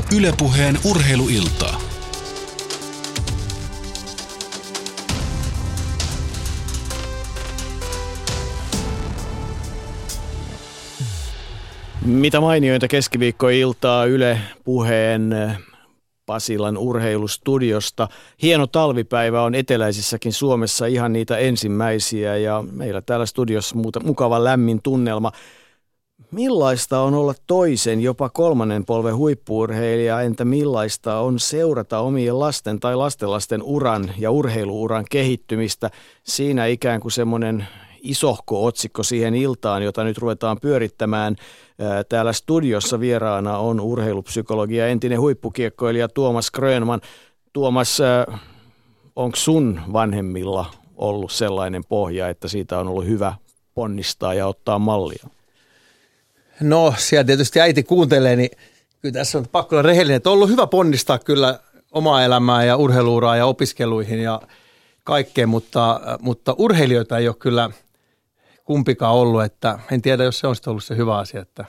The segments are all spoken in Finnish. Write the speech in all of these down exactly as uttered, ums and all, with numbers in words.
Yle Puheen urheiluiltaa. Mitä mainioita keskiviikkoiltaa Yle Puheen Pasilan urheilustudiosta. Hieno talvipäivä on eteläisissäkin Suomessa, ihan niitä ensimmäisiä, ja meillä täällä studiossa muuta, mukava lämmin tunnelma. Millaista on olla toisen, jopa kolmannen polven huippu-urheilija, entä millaista on seurata omien lasten tai lastenlasten uran ja urheiluuran kehittymistä? Siinä ikään kuin semmoinen isohko otsikko siihen iltaan, jota nyt ruvetaan pyörittämään. Täällä studiossa vieraana on urheilupsykologia entinen huippukiekkoilija Tuomas Grönman. Tuomas, onko sun vanhemmilla ollut sellainen pohja, että siitä on ollut hyvä ponnistaa ja ottaa mallia? No, siellä tietysti äiti kuuntelee, niin kyllä tässä on pakko olla rehellinen, että on ollut hyvä ponnistaa kyllä omaa elämää ja urheiluuraa ja opiskeluihin ja kaikkeen, mutta, mutta urheilijoita ei ole kyllä kumpikaan ollut, että en tiedä, jos se on ollut se hyvä asia. Että.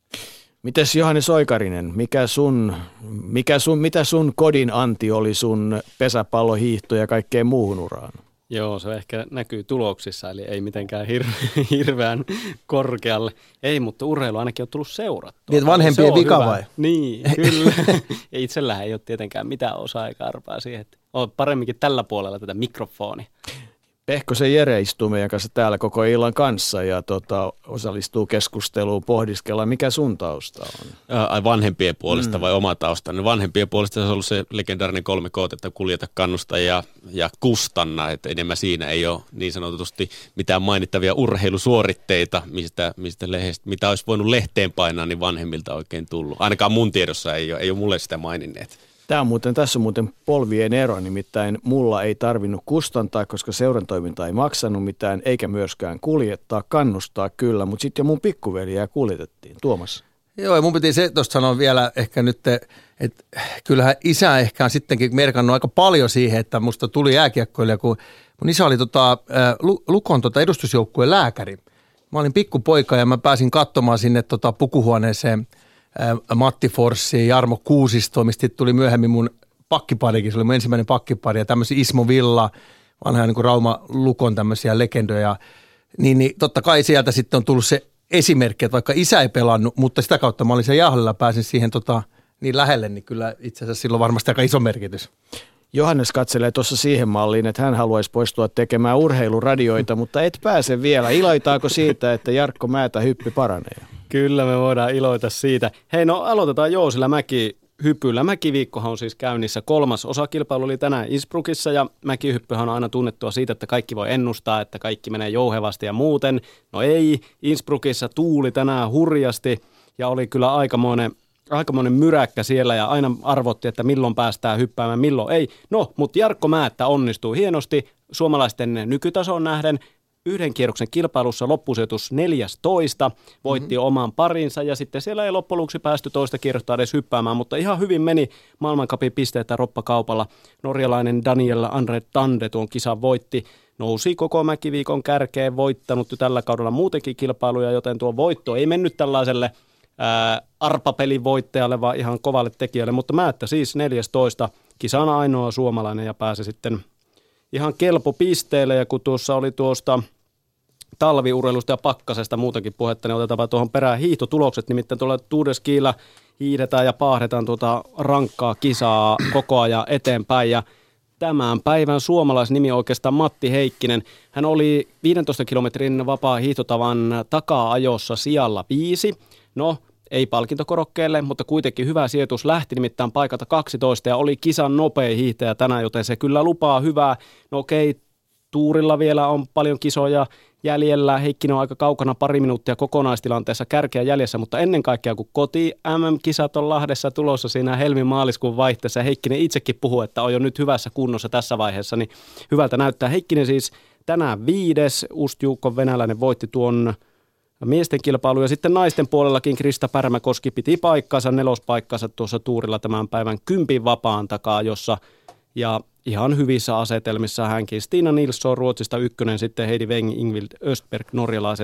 Mites Johannes Oikarinen, mikä sun, mikä sun, mitä sun kodin anti oli sun pesäpallohiihto ja kaikkeen muuhun uraan? Joo, se ehkä näkyy tuloksissa, eli ei mitenkään hir- hirveän korkealle. Ei, mutta urheilu ainakin on tullut seurattua. Niin, vanhempien vika vai? Niin, kyllä. Ja itsellähän ei ole tietenkään mitään osaa eikä arpaa siihen, että on paremminkin tällä puolella tätä mikrofonia. Pehkosen Jere istuu meidän kanssa täällä koko illan kanssa ja tota, osallistuu keskusteluun, pohdiskellaan, mikä sun tausta on? Ai vanhempien puolesta mm. vai oma tausta? No vanhempien puolesta se on ollut se legendaarinen kolme K, että kuljeta, kannusta ja, ja kustanna, että enemmän siinä ei ole niin sanotusti mitään mainittavia urheilusuoritteita, mistä, mistä lehdestä, mitä olisi voinut lehteen painaa, niin vanhemmilta oikein tullut. Ainakaan mun tiedossa ei ole, ei ole mulle sitä maininneet. Tämä on muuten, tässä on muuten polvien ero, nimittäin mulla ei tarvinnut kustantaa, koska seurantoiminta ei maksanut mitään, eikä myöskään kuljettaa, kannustaa kyllä, mutta sitten jo mun pikkuveliä kuljetettiin. Tuomas. Joo, ja mun piti se tuosta sanoa vielä ehkä nyt, että kyllähän isä ehkä on sittenkin merkannut aika paljon siihen, että musta tuli jääkiekkoilija, kun mun isä oli tota, Lukon tota edustusjoukkueen lääkäri. Mä olin pikkupoika ja mä pääsin katsomaan sinne tota pukuhuoneeseen Matti Forssi, Jarmo Kuusisto, mistä tuli myöhemmin mun pakkiparikin, se oli mun ensimmäinen pakkipari, ja tämmöisiä Ismo Villa, vanha niin kuin Rauma Lukon tämmöisiä legendoja, niin, niin totta kai sieltä sitten on tullut se esimerkki, että vaikka isä ei pelannut, mutta sitä kautta mä olin siellä jahalla, pääsin siihen tota, niin lähelle, niin kyllä itse asiassa silloin varmasti aika iso merkitys. Johannes katselee tuossa siihen malliin, että hän haluaisi poistua tekemään urheiluradioita, mutta et pääse vielä. Iloitaako siitä, että Jarkko Määtä hyppy paranee? Kyllä me voidaan iloita siitä. Hei, no aloitetaan Joosilla mäkihypyllä. Mäkiviikkohan on siis käynnissä. Kolmas osakilpailu oli tänään Innsbruckissa ja mäkihyppyhän on aina tunnettua siitä, että kaikki voi ennustaa, että kaikki menee jouhevasti ja muuten. No ei, Innsbruckissa tuuli tänään hurjasti ja oli kyllä aikamoinen, aikamoinen myräkkä siellä ja aina arvotti, että milloin päästään hyppäämään, milloin ei. No, mutta Jarkko Määttä onnistuu hienosti suomalaisten nykytason nähden. Yhden kierroksen kilpailussa loppusijoitus neljästoista, voitti mm-hmm. oman parinsa ja sitten siellä ei loppujen lopuksi päästy toista kierrosta edes hyppäämään, mutta ihan hyvin meni maailmancupin pisteitä roppakaupalla. Norjalainen Daniel Andre Tande tuon kisan voitti, nousi koko mäkiviikon kärkeen, voittanut jo tällä kaudella muutenkin kilpailuja, joten tuo voitto ei mennyt tällaiselle ää, arpapelin voittajalle, vaan ihan kovalle tekijälle, mutta Määttä siis neljästoista, kisana ainoa suomalainen ja pääsi sitten ihan kelpo pisteelle, ja kun tuossa oli tuosta talviurheilusta ja pakkasesta muutakin puhetta, niin otetaan tuohon perään hiihtotulokset, nimittäin tuolla Tour de Skilla hiidetään ja paahdetaan tuota rankkaa kisaa koko ajan eteenpäin, ja tämän päivän suomalaisnimi on oikeastaan Matti Heikkinen. Hän oli viidentoista kilometrin vapaa hiihtotavan taka-ajossa sijalla viisi, no ei palkintokorokkeelle, mutta kuitenkin hyvä sijoitus, lähti nimittäin paikalta kaksitoista ja oli kisan nopein hiihtäjä tänään, joten se kyllä lupaa hyvää. No okei, tuurilla vielä on paljon kisoja jäljellä, Heikkinen on aika kaukana pari minuuttia kokonaistilanteessa kärkeä jäljessä, mutta ennen kaikkea kun koti M M-kisat on Lahdessa tulossa siinä helmi-maaliskuun vaihteessa, Heikkinen itsekin puhuu, että on jo nyt hyvässä kunnossa tässä vaiheessa, niin hyvältä näyttää. Heikkinen siis tänään viides, Ust-Juukon venäläinen voitti tuon miesten kilpailu ja sitten naisten puolellakin Krista Pärmäkoski piti paikkansa, nelospaikkansa tuossa tuurilla tämän päivän kympin vapaan takaa, jossa ja ihan hyvissä asetelmissa hänkin. Stina Nilsson Ruotsista ykkönen, sitten Heidi Weng, Ingvild Östberg, norjalaiset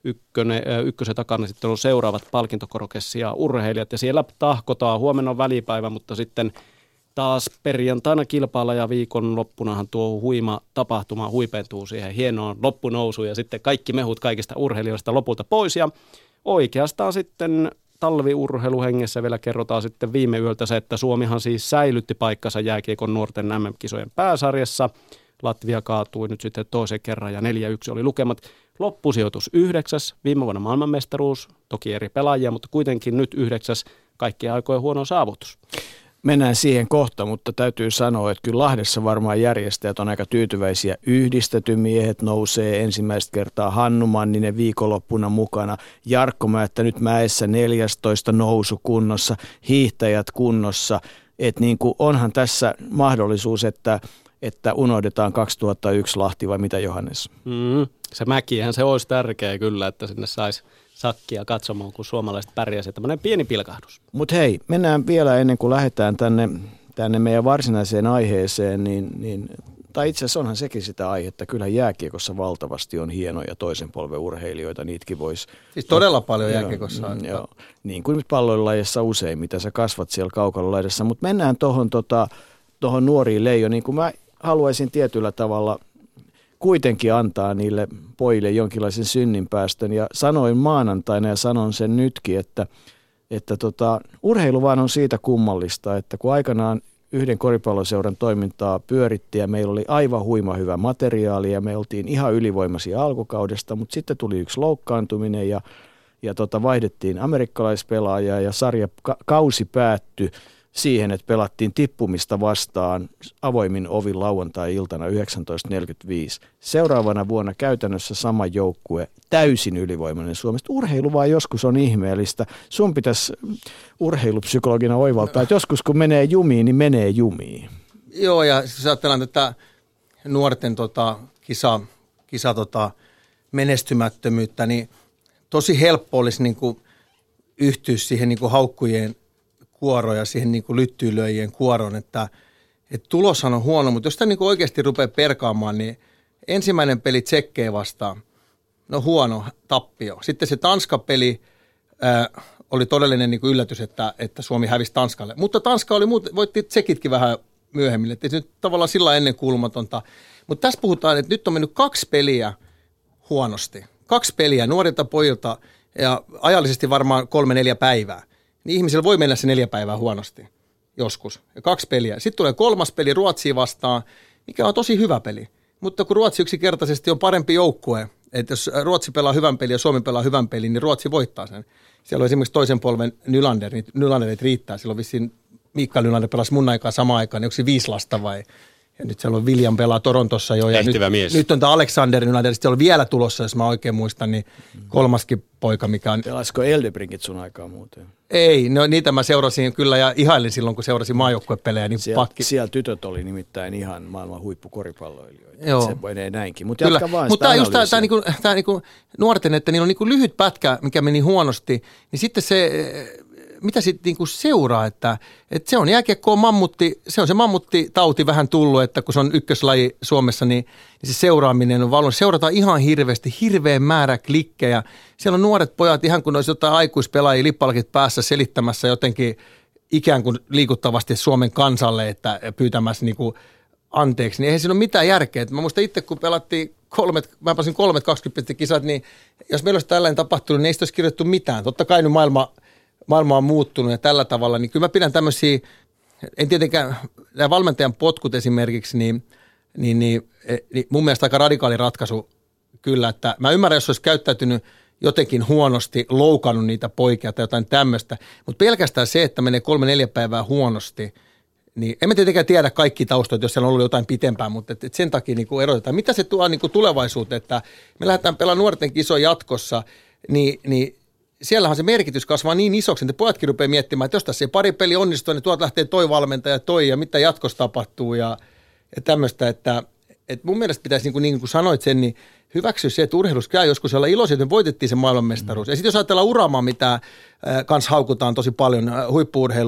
ykkönen, ykkösen takana sitten on seuraavat palkintokorokessi ja urheilijat. Ja siellä tahkotaan, huomenna on välipäivä, mutta sitten taas perjantaina kilpailla ja viikonloppunahan tuo huima tapahtuma huipentuu siihen hienoon loppunousuun ja sitten kaikki mehut kaikista urheilijoista lopulta pois. Ja oikeastaan sitten talviurheiluhengessä vielä kerrotaan sitten viime yöltä se, että Suomihan siis säilytti paikkansa jääkiekon nuorten M M-kisojen pääsarjassa. Latvia kaatui nyt sitten toisen kerran ja neljä yksi oli lukemat. Loppusijoitus yhdeksäs, viime vuonna maailmanmestaruus, toki eri pelaajia, mutta kuitenkin nyt yhdeksäs, kaikkien aikojen huono saavutus. Mennään siihen kohta, mutta täytyy sanoa, että kyllä Lahdessa varmaan järjestäjät on aika tyytyväisiä. Yhdistetty miehet nousee ensimmäistä kertaa, Hannu Manninen viikonloppuna mukana, Jarkko Määttä nyt mäessä neljästoista nousu kunnossa, hiihtäjät kunnossa. Että niin kuin onhan tässä mahdollisuus, että, että unohdetaan kaksituhattayksi Lahti vai mitä Johannes? Mm, se mäkihän se olisi tärkeä kyllä, että sinne saisi sakkia katsomaan, kun suomalaiset pärjäsivät. Tämmöinen pieni pilkahdus. Mutta hei, mennään vielä ennen kuin lähdetään tänne, tänne meidän varsinaiseen aiheeseen, niin, niin, tai itse asiassa onhan sekin sitä aihetta. Kyllähän jääkiekossa valtavasti on hienoja toisen polven urheilijoita, niitäkin voisi... Siis todella paljon jääkiekossa. Mm, joo, niin kuin nyt palloilulajissa usein, mitä sä kasvat siellä kaukalolaidassa. Mutta mennään tuohon tota, nuoriin leijoniin, kun mä haluaisin tietyllä tavalla kuitenkin antaa niille pojille jonkinlaisen synninpäästön. Ja sanoin maanantaina ja sanon sen nytkin, että, että tota, urheilu vaan on siitä kummallista, että kun aikanaan yhden koripalloseuran toimintaa pyöritti ja meillä oli aivan huima hyvä materiaali ja me oltiin ihan ylivoimaisia alkukaudesta, mutta sitten tuli yksi loukkaantuminen ja, ja tota, vaihdettiin amerikkalaispelaajaa ja sarja ka- kausi päättyi siihen, että pelattiin tippumista vastaan avoimin ovin lauantai-iltana yhdeksäntoista neljäkymmentäviisi. Seuraavana vuonna käytännössä sama joukkue, täysin ylivoimainen Suomesta. Urheilu vaan joskus on ihmeellistä. Sun pitäisi urheilupsykologina oivaltaa, että joskus kun menee jumiin, niin menee jumiin. Joo, ja jos ajatellaan tätä nuorten tota, kisa, kisa tota, menestymättömyyttä, niin tosi helppo olisi niin kuin yhtyä siihen niin kuin haukkujen kuoro ja siihen niin kuin lyttyylöijien kuoroon, että, että tuloshan on huono, mutta jos sitä niin kuin oikeasti rupeaa perkaamaan, niin ensimmäinen peli Tsekkejä vastaan, no huono, tappio. Sitten se Tanska-peli ää, oli todellinen niin kuin yllätys, että, että Suomi hävisi Tanskalle, mutta Tanska oli muut, voitti Tsekitkin vähän myöhemmin, että se nyt tavallaan sillä ennenkuulumatonta. Mutta tässä puhutaan, että nyt on mennyt kaksi peliä huonosti, kaksi peliä nuorilta pojilta ja ajallisesti varmaan kolme neljä päivää. Niin ihmisillä voi mennä se neljä päivää huonosti joskus. Ja kaksi peliä. Sitten tulee kolmas peli Ruotsia vastaan, mikä on tosi hyvä peli. Mutta kun Ruotsi yksinkertaisesti on parempi joukkue, että jos Ruotsi pelaa hyvän pelin ja Suomi pelaa hyvän pelin, niin Ruotsi voittaa sen. Siellä on esimerkiksi toisen polven Nylander, niin Nylanderit riittää. Silloin vissiin Mikael Nylander pelasi mun aikaan samaan aikaan, niin onko se viisi lasta vai... Ja nyt siellä on William pelaa Torontossa jo. Ja nyt, nyt on tämä Alexander Nylander, sitten on vielä tulossa, jos mä oikein muistan, niin kolmaskin poika, mikä on... Pelasiko Eldebrinkit sun aikaa muuten? Ei, no niitä mä seurasin kyllä ja ihailin silloin, kun seurasin maajoukkuepelejä. Niin siellä, pakki... siellä tytöt oli nimittäin ihan maailman huippukoripalloilijoita. Joo. Se menee näinkin, mutta kyllä. jatka vaan Mutta sitä tämä just tämä niinku, niinku nuorten, että niillä on niinku lyhyt pätkä, mikä meni huonosti, niin sitten se... Mitä sitten niinku seuraa, että, että se on jääkiekko on mammutti, se on se mammuttitauti vähän tullut, että kun se on ykköslaji Suomessa, niin, niin se seuraaminen on valmis. Seurataan ihan hirveästi, hirveän määrä klikkejä. Siellä on nuoret pojat ihan kun olisi jotain aikuispelaajia lippalakit päässä selittämässä jotenkin ikään kuin liikuttavasti Suomen kansalle, että pyytämässä niinku anteeksi, niin eihän siinä ole mitään järkeä. Mä muistan itse, kun pelattiin kolmet, mä pääsin kolmet kaksikymmentä kisat, niin jos meillä olisi tällainen tapahtunut, niin ei sitä olisi kirjoittu mitään. Totta kai nyt maailma... Maailma on muuttunut ja tällä tavalla, niin kyllä mä pidän tämmöisiä, en tietenkään, nämä valmentajan potkut esimerkiksi, niin, niin, niin, niin mun mielestä aika radikaali ratkaisu kyllä, että mä ymmärrän, jos olisi käyttäytynyt jotenkin huonosti, loukannut niitä poikia tai jotain tämmöistä, mutta pelkästään se, että menee kolme neljä päivää huonosti, niin en mä tietenkään tiedä kaikki taustoit, jos siellä on ollut jotain pitempään, mutta et, et sen takia niin kuin erotetaan. Mitä se tuo niin kuin tulevaisuuteen, että me lähdetään pelaamaan nuorten kisoja jatkossa, niin, niin siellähän se merkitys kasvaa niin isoksi, että pojatkin rupeaa miettimään, että jos tässä ei pari peli onnistuu, niin tuolta lähtee toi valmentaja toi ja mitä jatkossa tapahtuu ja, ja tämmöistä, että, että mun mielestä pitäisi, niin kuin, niin kuin sanoit sen, niin hyväksyä se, että urheilussa käy joskus olla iloisia, että me voitettiin sen maailmanmestaruus. Mm. Ja sitten jos ajatellaan uramaa, mitä äh, kans haukutaan tosi paljon, äh, huippu-urheilu,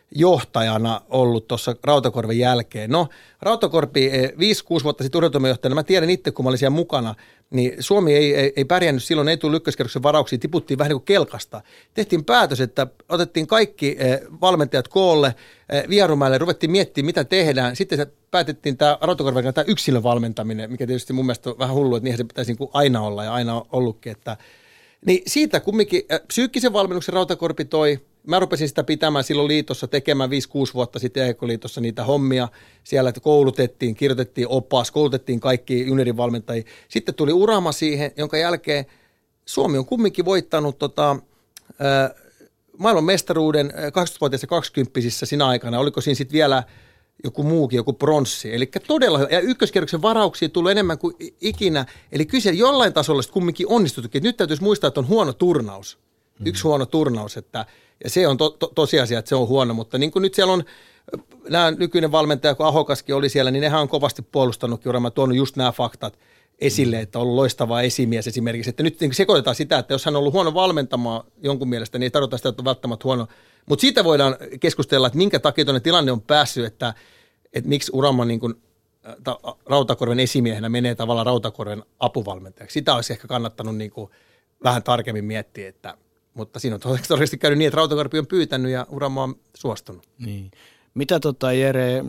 johtajana ollut tuossa Rautakorven jälkeen. No, Rautakorpi viisi kuusi vuotta sitten urheilutoimenjohtajana, mä tiedän itse, kun mä olin siellä mukana, niin Suomi ei, ei, ei pärjännyt silloin, ei tullut ykköskerroksen varauksia, tiputtiin vähän niin kuin kelkasta. Tehtiin päätös, että otettiin kaikki valmentajat koolle, Vierumäelle, ruvettiin miettimään, mitä tehdään. Sitten päätettiin tämä Rautakorven tämä yksilön valmentaminen, mikä tietysti mun mielestä on vähän hullu, että niinhän se pitäisi niin kuin aina olla ja aina on ollutkin, että niin siitä kumminkin äh, psyykkisen valmennuksen Rautakorpi toi. Mä rupesin sitä pitämään silloin liitossa tekemään viisi kuusi vuotta sitten E K-liitossa niitä hommia. Siellä että koulutettiin, kirjoitettiin opas, koulutettiin kaikki juniorivalmentajia. Sitten tuli Urama siihen, jonka jälkeen Suomi on kumminkin voittanut tota, äh, maailman mestaruuden kaksikymmentävuotiaissa ja kaksikymppisissä siinä aikana. Oliko siinä sitten vielä joku muukin, joku pronssi. Eli todella hyvä. Ja ykköskierroksen varauksia tullut enemmän kuin ikinä. Eli kyse jollain tasolla kumminkin onnistuttukin. Nyt täytyisi muistaa, että on huono turnaus. Mm-hmm. Yksi huono turnaus. Että, ja se on to, to, tosiasia, että se on huono. Mutta niin kuin nyt siellä on nämä nykyinen valmentaja, kun Ahokaskin oli siellä, niin nehän on kovasti puolustanutkin. Olen tuonut just nämä faktat esille, että on ollut loistava esimies esimerkiksi. Että nyt niin sekoitetaan sitä, että jos hän on ollut huono valmentamaan jonkun mielestä, niin ei tarkoita sitä, että on välttämättä huono. Mutta siitä voidaan keskustella, että minkä takia tuonne tilanne on päässyt, että, että miksi Urama niin kuin, ta, Rautakorven esimiehenä menee tavallaan Rautakorven apuvalmentajaksi. Sitä olisi ehkä kannattanut niin kuin vähän tarkemmin miettiä, että, mutta siinä on todennäköisesti käynyt niin, että Rautakorpi on pyytänyt ja Urama on suostunut. Niin. Mitä tota Jere,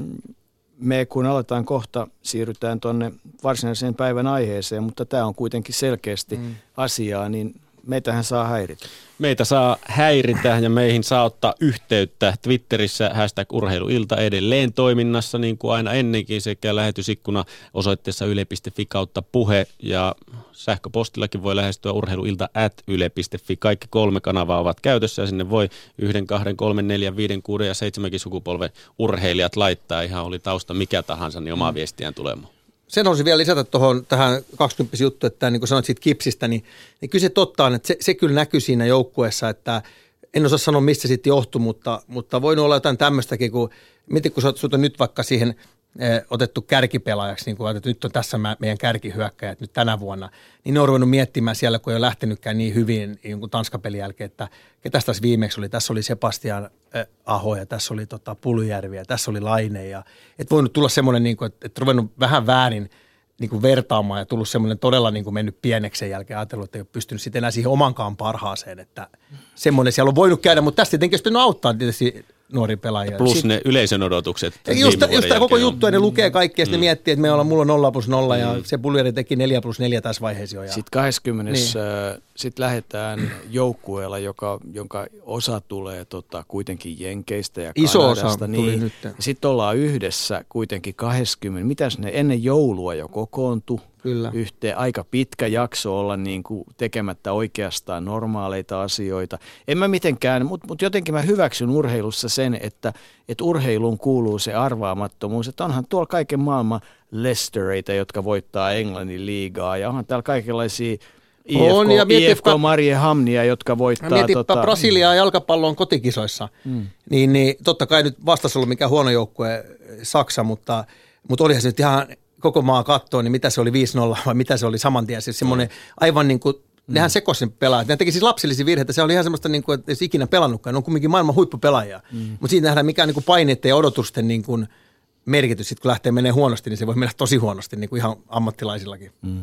me kun aletaan kohta, siirrytään tuonne varsinaiseen päivän aiheeseen, mutta tämä on kuitenkin selkeästi mm. asiaa, niin meitähän saa häiritä. Meitä saa häiritä ja meihin saa ottaa yhteyttä Twitterissä hashtag urheiluilta edelleen toiminnassa niin kuin aina ennenkin sekä lähetysikkuna osoitteessa yle piste fi kautta puhe ja sähköpostillakin voi lähestyä urheiluilta at yle piste fi. Kaikki kolme kanavaa ovat käytössä ja sinne voi yhden, kahden, kolmen, neljän, viiden, kuuden ja seitsemänkin sukupolven urheilijat laittaa. Ihan oli tausta mikä tahansa, niin omaa viestiään tulemaan. Sen haluaisin vielä lisätä tuohon tähän kaksikymmentä juttu, että niin kuin sanoit siitä kipsistä, niin, niin kyllä se totta on, että se, se kyllä näkyy siinä joukkueessa, että en osaa sanoa mistä se sitten johtui, mutta, mutta voinut olla jotain tämmöistäkin, kun mietin, kun sut on nyt vaikka siihen eh, otettu kärkipelaajaksi, niin kuin että nyt on tässä meidän kärkihyökkäjät nyt tänä vuonna, niin ne on ruvennut miettimään siellä, kun ei ole lähtenytkään niin hyvin jonkun Tanska-pelin jälkeen, että ketäs tässä viimeksi oli, tässä oli Sebastian eh, Aho ja tässä oli tota, Pulujärvi ja tässä oli Laine ja että voinut tulla semmoinen, niin kuin, että, että ruvennut vähän väärin niin kuin vertaamaan ja tullut semmoinen todella niin kuin mennyt pieneksi sen jälkeen, ajatellut, että ei ole pystynyt sitten enää siihen omankaan parhaaseen, että semmoinen siellä on voinut käydä, mutta tästä tietenkin olisi pitänyt auttaa tietysti nuoria pelaajia. Plus Sitten, ne yleisön odotukset. Just, just tämä koko juttu, ja ne lukee kaikkea, ja sitten mm. ne miettii, että me ollaan, mulla on nolla plus nolla, mm. ja se Puljari teki neljä plus neljä tässä vaiheessa jo. Ja sitten kaksikymmentä niin. äh, sit lähdetään joukkueella, joka, jonka osa tulee tota, kuitenkin Jenkeistä ja Iso Kanadasta. osa tuli niin. nyt. Sitten ollaan yhdessä kuitenkin kaksikymmentä. Mitäs ne ennen joulua jo kokoontui? Kyllä. Yhteen. Aika pitkä jakso olla niin kuin tekemättä oikeastaan normaaleita asioita. En mä mitenkään, mutta mut jotenkin mä hyväksyn urheilussa sen, että et urheiluun kuuluu se arvaamattomuus. Että onhan tuolla kaiken maailman Leicestereitä, jotka voittaa Englannin liigaa ja onhan täällä kaikenlaisia I F K, on, ja I F K Mariehamnia, jotka voittaa. Mietipä tota, Brasiliaa jalkapallon kotikisoissa. Mm. Niin, niin totta kai nyt vastassa ollut mikään huono joukkue Saksa, mutta, mutta olihan se nyt ihan koko maa kattoo, niin mitä se oli viisi nolla vai mitä se oli saman tien. Siis semmoinen aivan niin kuin, mm. nehän sekoisin pelaajat. Ne teki siis lapsellisia virheitä. Se oli ihan semmoista, niin kuin, että ei ikinä pelannutkaan. Ne on kumminkin maailman huippupelaajia. Mm. Mutta siitä nähdään mikä on niin kuin paineiden ja odotusten niin kuin merkitys. Sitten kun lähtee menee huonosti, niin se voi mennä tosi huonosti, niin kuin ihan ammattilaisillakin. Mm.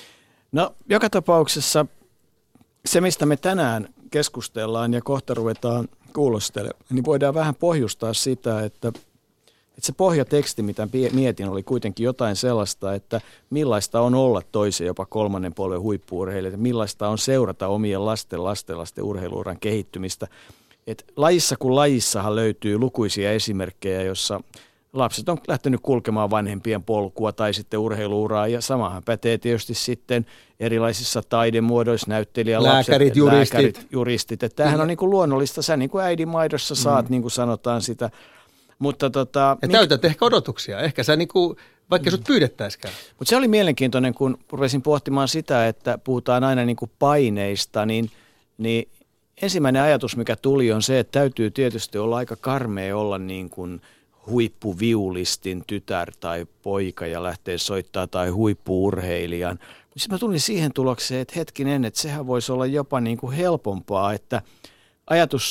No, joka tapauksessa se, mistä me tänään keskustellaan ja kohta ruvetaan kuulostelemaan, niin voidaan vähän pohjustaa sitä, että Että se pohjateksti, mitä mietin, oli kuitenkin jotain sellaista, että millaista on olla toisen jopa kolmannen polven huippu-urheilija, millaista on seurata omien lasten lastenlasten urheiluuran kehittymistä. Et lajissa kuin lajissahan löytyy lukuisia esimerkkejä, jossa lapset on lähtenyt kulkemaan vanhempien polkua tai sitten urheiluuraa, ja samahan pätee tietysti sitten erilaisissa taidemuodoissa, näyttelijälapset, lääkärit, juristit. lääkärit, juristit. Että tämähän on niin kuin luonnollista, sä niin kuin äidinmaidossa saat, mm. niin kuin sanotaan sitä. Mutta tota, ja täytät mik... ehkä odotuksia. Ehkä sä niinku, vaikka sut pyydettäisikään. Mutta se oli mielenkiintoinen, kun rupesin pohtimaan sitä, että puhutaan aina niinku paineista, niin, niin ensimmäinen ajatus, mikä tuli, on se, että täytyy tietysti olla aika karmea olla niin kuin huippuviulistin tytär tai poika ja lähteä soittaa tai huippu-urheilijan. Sitten mä tulin siihen tulokseen, että hetkinen, että sehän voisi olla jopa niin kuin helpompaa, että ajatus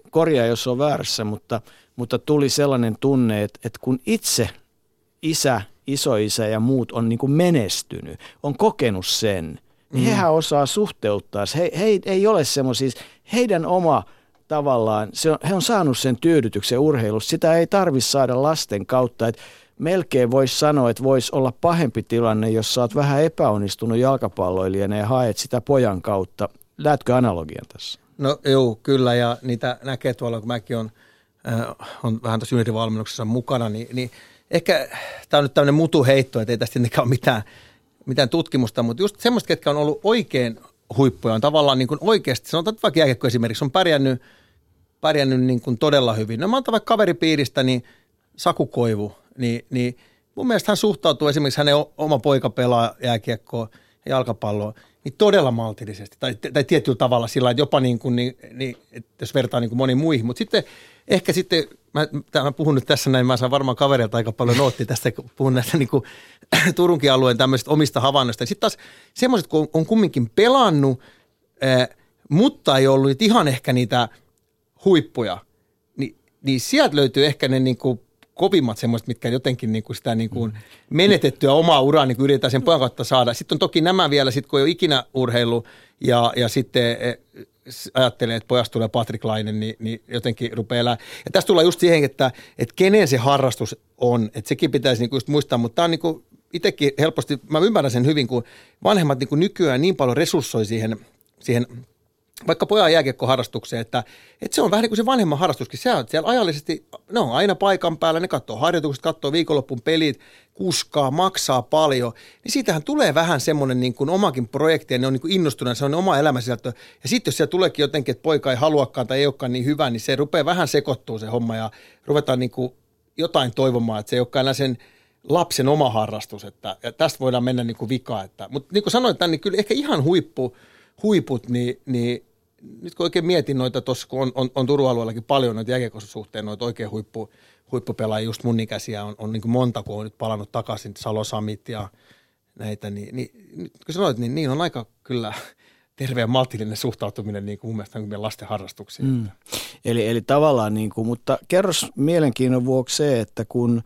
korjaa jos on väärässä, mutta, mutta tuli sellainen tunne, että, että kun itse isä, isoisä ja muut on niin kuin menestynyt, on kokenut sen, niin mm. hehän osaa suhteuttaa. He, he ei ole semmoisia, heidän oma tavallaan, se on, he on saanut sen tyydytyksen urheilusta. Sitä ei tarvitse saada lasten kautta. Et melkein voisi sanoa, että voisi olla pahempi tilanne, jos sä oot vähän epäonnistunut jalkapalloilijana ja haet sitä pojan kautta. Lähdätkö analogian tässä? No joo, kyllä, ja niitä näkee tuolla, kun mäkin on, äh, on vähän tuossa juniorivalmennuksessa mukana, niin, niin ehkä tämä on nyt tämmöinen mutuheitto, että ei tästä ole mitään, mitään tutkimusta, mutta just semmoista, ketkä on ollut oikein huippuja, on tavallaan niin kuin oikeasti, sanotaan, että vaikka jääkiekko esimerkiksi on pärjännyt, pärjännyt niin kuin todella hyvin. No mä otan vaikka kaveripiiristä, niin Saku Koivu, niin, niin mun mielestä hän suhtautuu esimerkiksi, hänen oma poika pelaa jääkiekkoa ja jalkapalloa, niin todella maltillisesti, tai, tai tietyllä tavalla sillä, että jopa niin kuin, niin, niin, että jos vertaa niin kuin moniin muihin, mutta sitten ehkä sitten, mä, mä puhun nyt tässä näin, mä saan varmaan kavereilta aika paljon noottia tästä, kun puhun näistä niin kuin Turunkin alueen tämmöisistä omista havainnoista. Sitten taas semmoiset, kun on, on kumminkin pelannut, äh, mutta ei ollut ihan ehkä niitä huippuja, niin, niin sieltä löytyy ehkä ne niin kuin kovimmat semmoiset, mitkä jotenkin niin kuin sitä niin kuin menetettyä omaa uraa niin kuin yritetään sen pojan kautta saada. Sitten on toki nämä vielä, sit kun ei ole ikinä urheilu ja, ja sitten ajattelee, että pojasta tulee Patrik Laine, niin, niin jotenkin rupeaa elää. Ja tässä tullaan just siihen, että, että kenen se harrastus on, että sekin pitäisi niin kuin just muistaa, mutta tämä on niin kuin itsekin helposti, mä ymmärrän sen hyvin, kun vanhemmat niin kuin nykyään niin paljon resurssoi siihen, siihen vaikka pojan jääkiekkoharrastukseen, että, että se on vähän niin kuin se vanhemman harrastuskin. Se on siellä ajallisesti, ne on aina paikan päällä, ne katsoo harjoitukset, katsoo viikonloppun pelit, kuskaa, maksaa paljon. Niin siitähän tulee vähän semmoinen niin kuin omakin projekti ja ne on niin kuin innostuneet, se on oma elämänsisältö. Ja sitten jos siellä tuleekin jotenkin, että poika ei haluakaan tai ei olekaan niin hyvä, niin se rupeaa vähän sekoittua se homma ja ruvetaan niin kuin jotain toivomaan, että se ei olekaan enää sen lapsen oma harrastus. Että, ja tästä voidaan mennä niin kuin vikaan. Että, mutta niin kuin sanoin, niin kyllä ehkä ihan huippu, huiput, niin, niin nyt kun oikein mietin noita tuossa, kun on, on, on Turun alueellakin paljon noita jääkiekossa suhteen, noita oikein huippu, huippupelaajia, just mun ikäisiä on, on niin kuin monta, kun on nyt palannut takaisin, Salo Samit ja näitä, niin, niin kun sanoit, niin niin on aika kyllä terve ja maltillinen suhtautuminen niin kuin mun mielestä meidän lasten harrastuksiin. Mm. Eli, eli tavallaan, niin kuin, mutta kerros mielenkiinnon vuoksi se, että kun,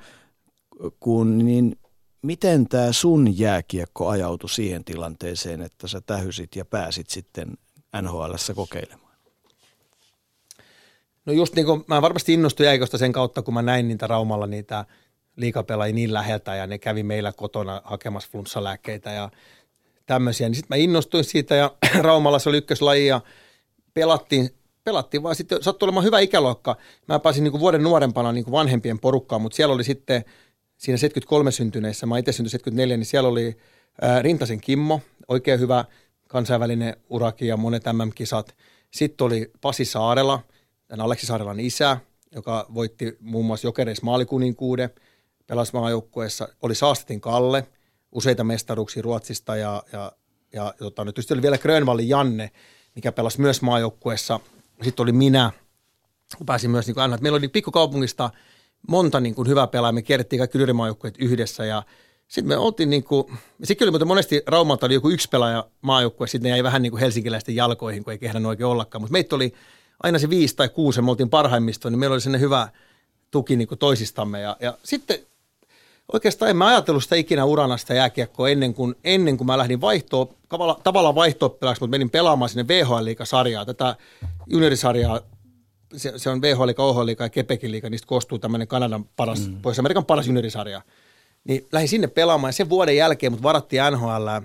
kun niin miten tämä sun jääkiekko ajautui siihen tilanteeseen, että sä tähysit ja pääsit sitten N H L:ssä kokeilemaan? No just niin kuin mä varmasti innostuin jääkiekosta sen kautta, kun mä näin niitä Raumalla niitä liigapelaajia niin läheltä ja ne kävi meillä kotona hakemassa flunssalääkkeitä ja tämmöisiä. Niin sitten mä innostuin siitä ja Raumalla se oli ykköslaji ja pelattiin, pelattiin vaan sitten sattui olemaan hyvä ikäluokka. Mä pääsin niin kuin vuoden nuorempana niin kuin vanhempien porukkaan, mutta siellä oli sitten siinä seitsemänkymmentäkolme syntyneissä, mä itse syntyin seitsemänkymmentäneljä, niin siellä oli ää, Rintasen Kimmo, oikein hyvä kansainvälinen uraki ja monet M M-kisat. Sitten oli Pasi Saarela, tämän Aleksi Saarelan isä, joka voitti muun muassa Jokereissa maalikuninkuuden, pelasi maajoukkueessa. Oli Saastetin Kalle, useita mestaruuksia Ruotsista ja, ja, ja tota, nyt oli vielä Grönvallin Janne, mikä pelasi myös maajoukkueessa. Sitten oli minä, pääsin myös niin kuin aina. Meillä oli pikkukaupungista monta niin kuin hyvää pelaajaa, me kierrettiin kaikki ylirimaajoukkueet yhdessä ja sitten me oltiin niin kuin, sekin oli, mutta monesti Raumalta oli joku yksi pelaaja maajoukkue, sitten ne jäi vähän niin kuin helsinkiläisten jalkoihin, kun ei kehdannut oikein ollakaan, mutta meitä oli aina se viisi tai kuusi ja me oltiin parhaimmistoon, niin meillä oli sellainen hyvä tuki niin kuin toisistamme ja, ja sitten oikeastaan en mä ajatellut sitä ikinä urana sitä jääkiekkoa ennen kuin, ennen kuin mä lähdin vaihtoon, tavallaan vaihto-oppilaaksi, mutta menin pelaamaan sinne V H L-liigasarjaa, tätä juniorisarjaa. Se, se on V H L-liiga, O H L-liiga ja Quebecin liiga, niistä koostuu tämmöinen Kanadan paras, mm. Pohjois-Amerikan paras juniorisarja. Niin lähdin sinne pelaamaan ja sen vuoden jälkeen mut varattiin N H L äh,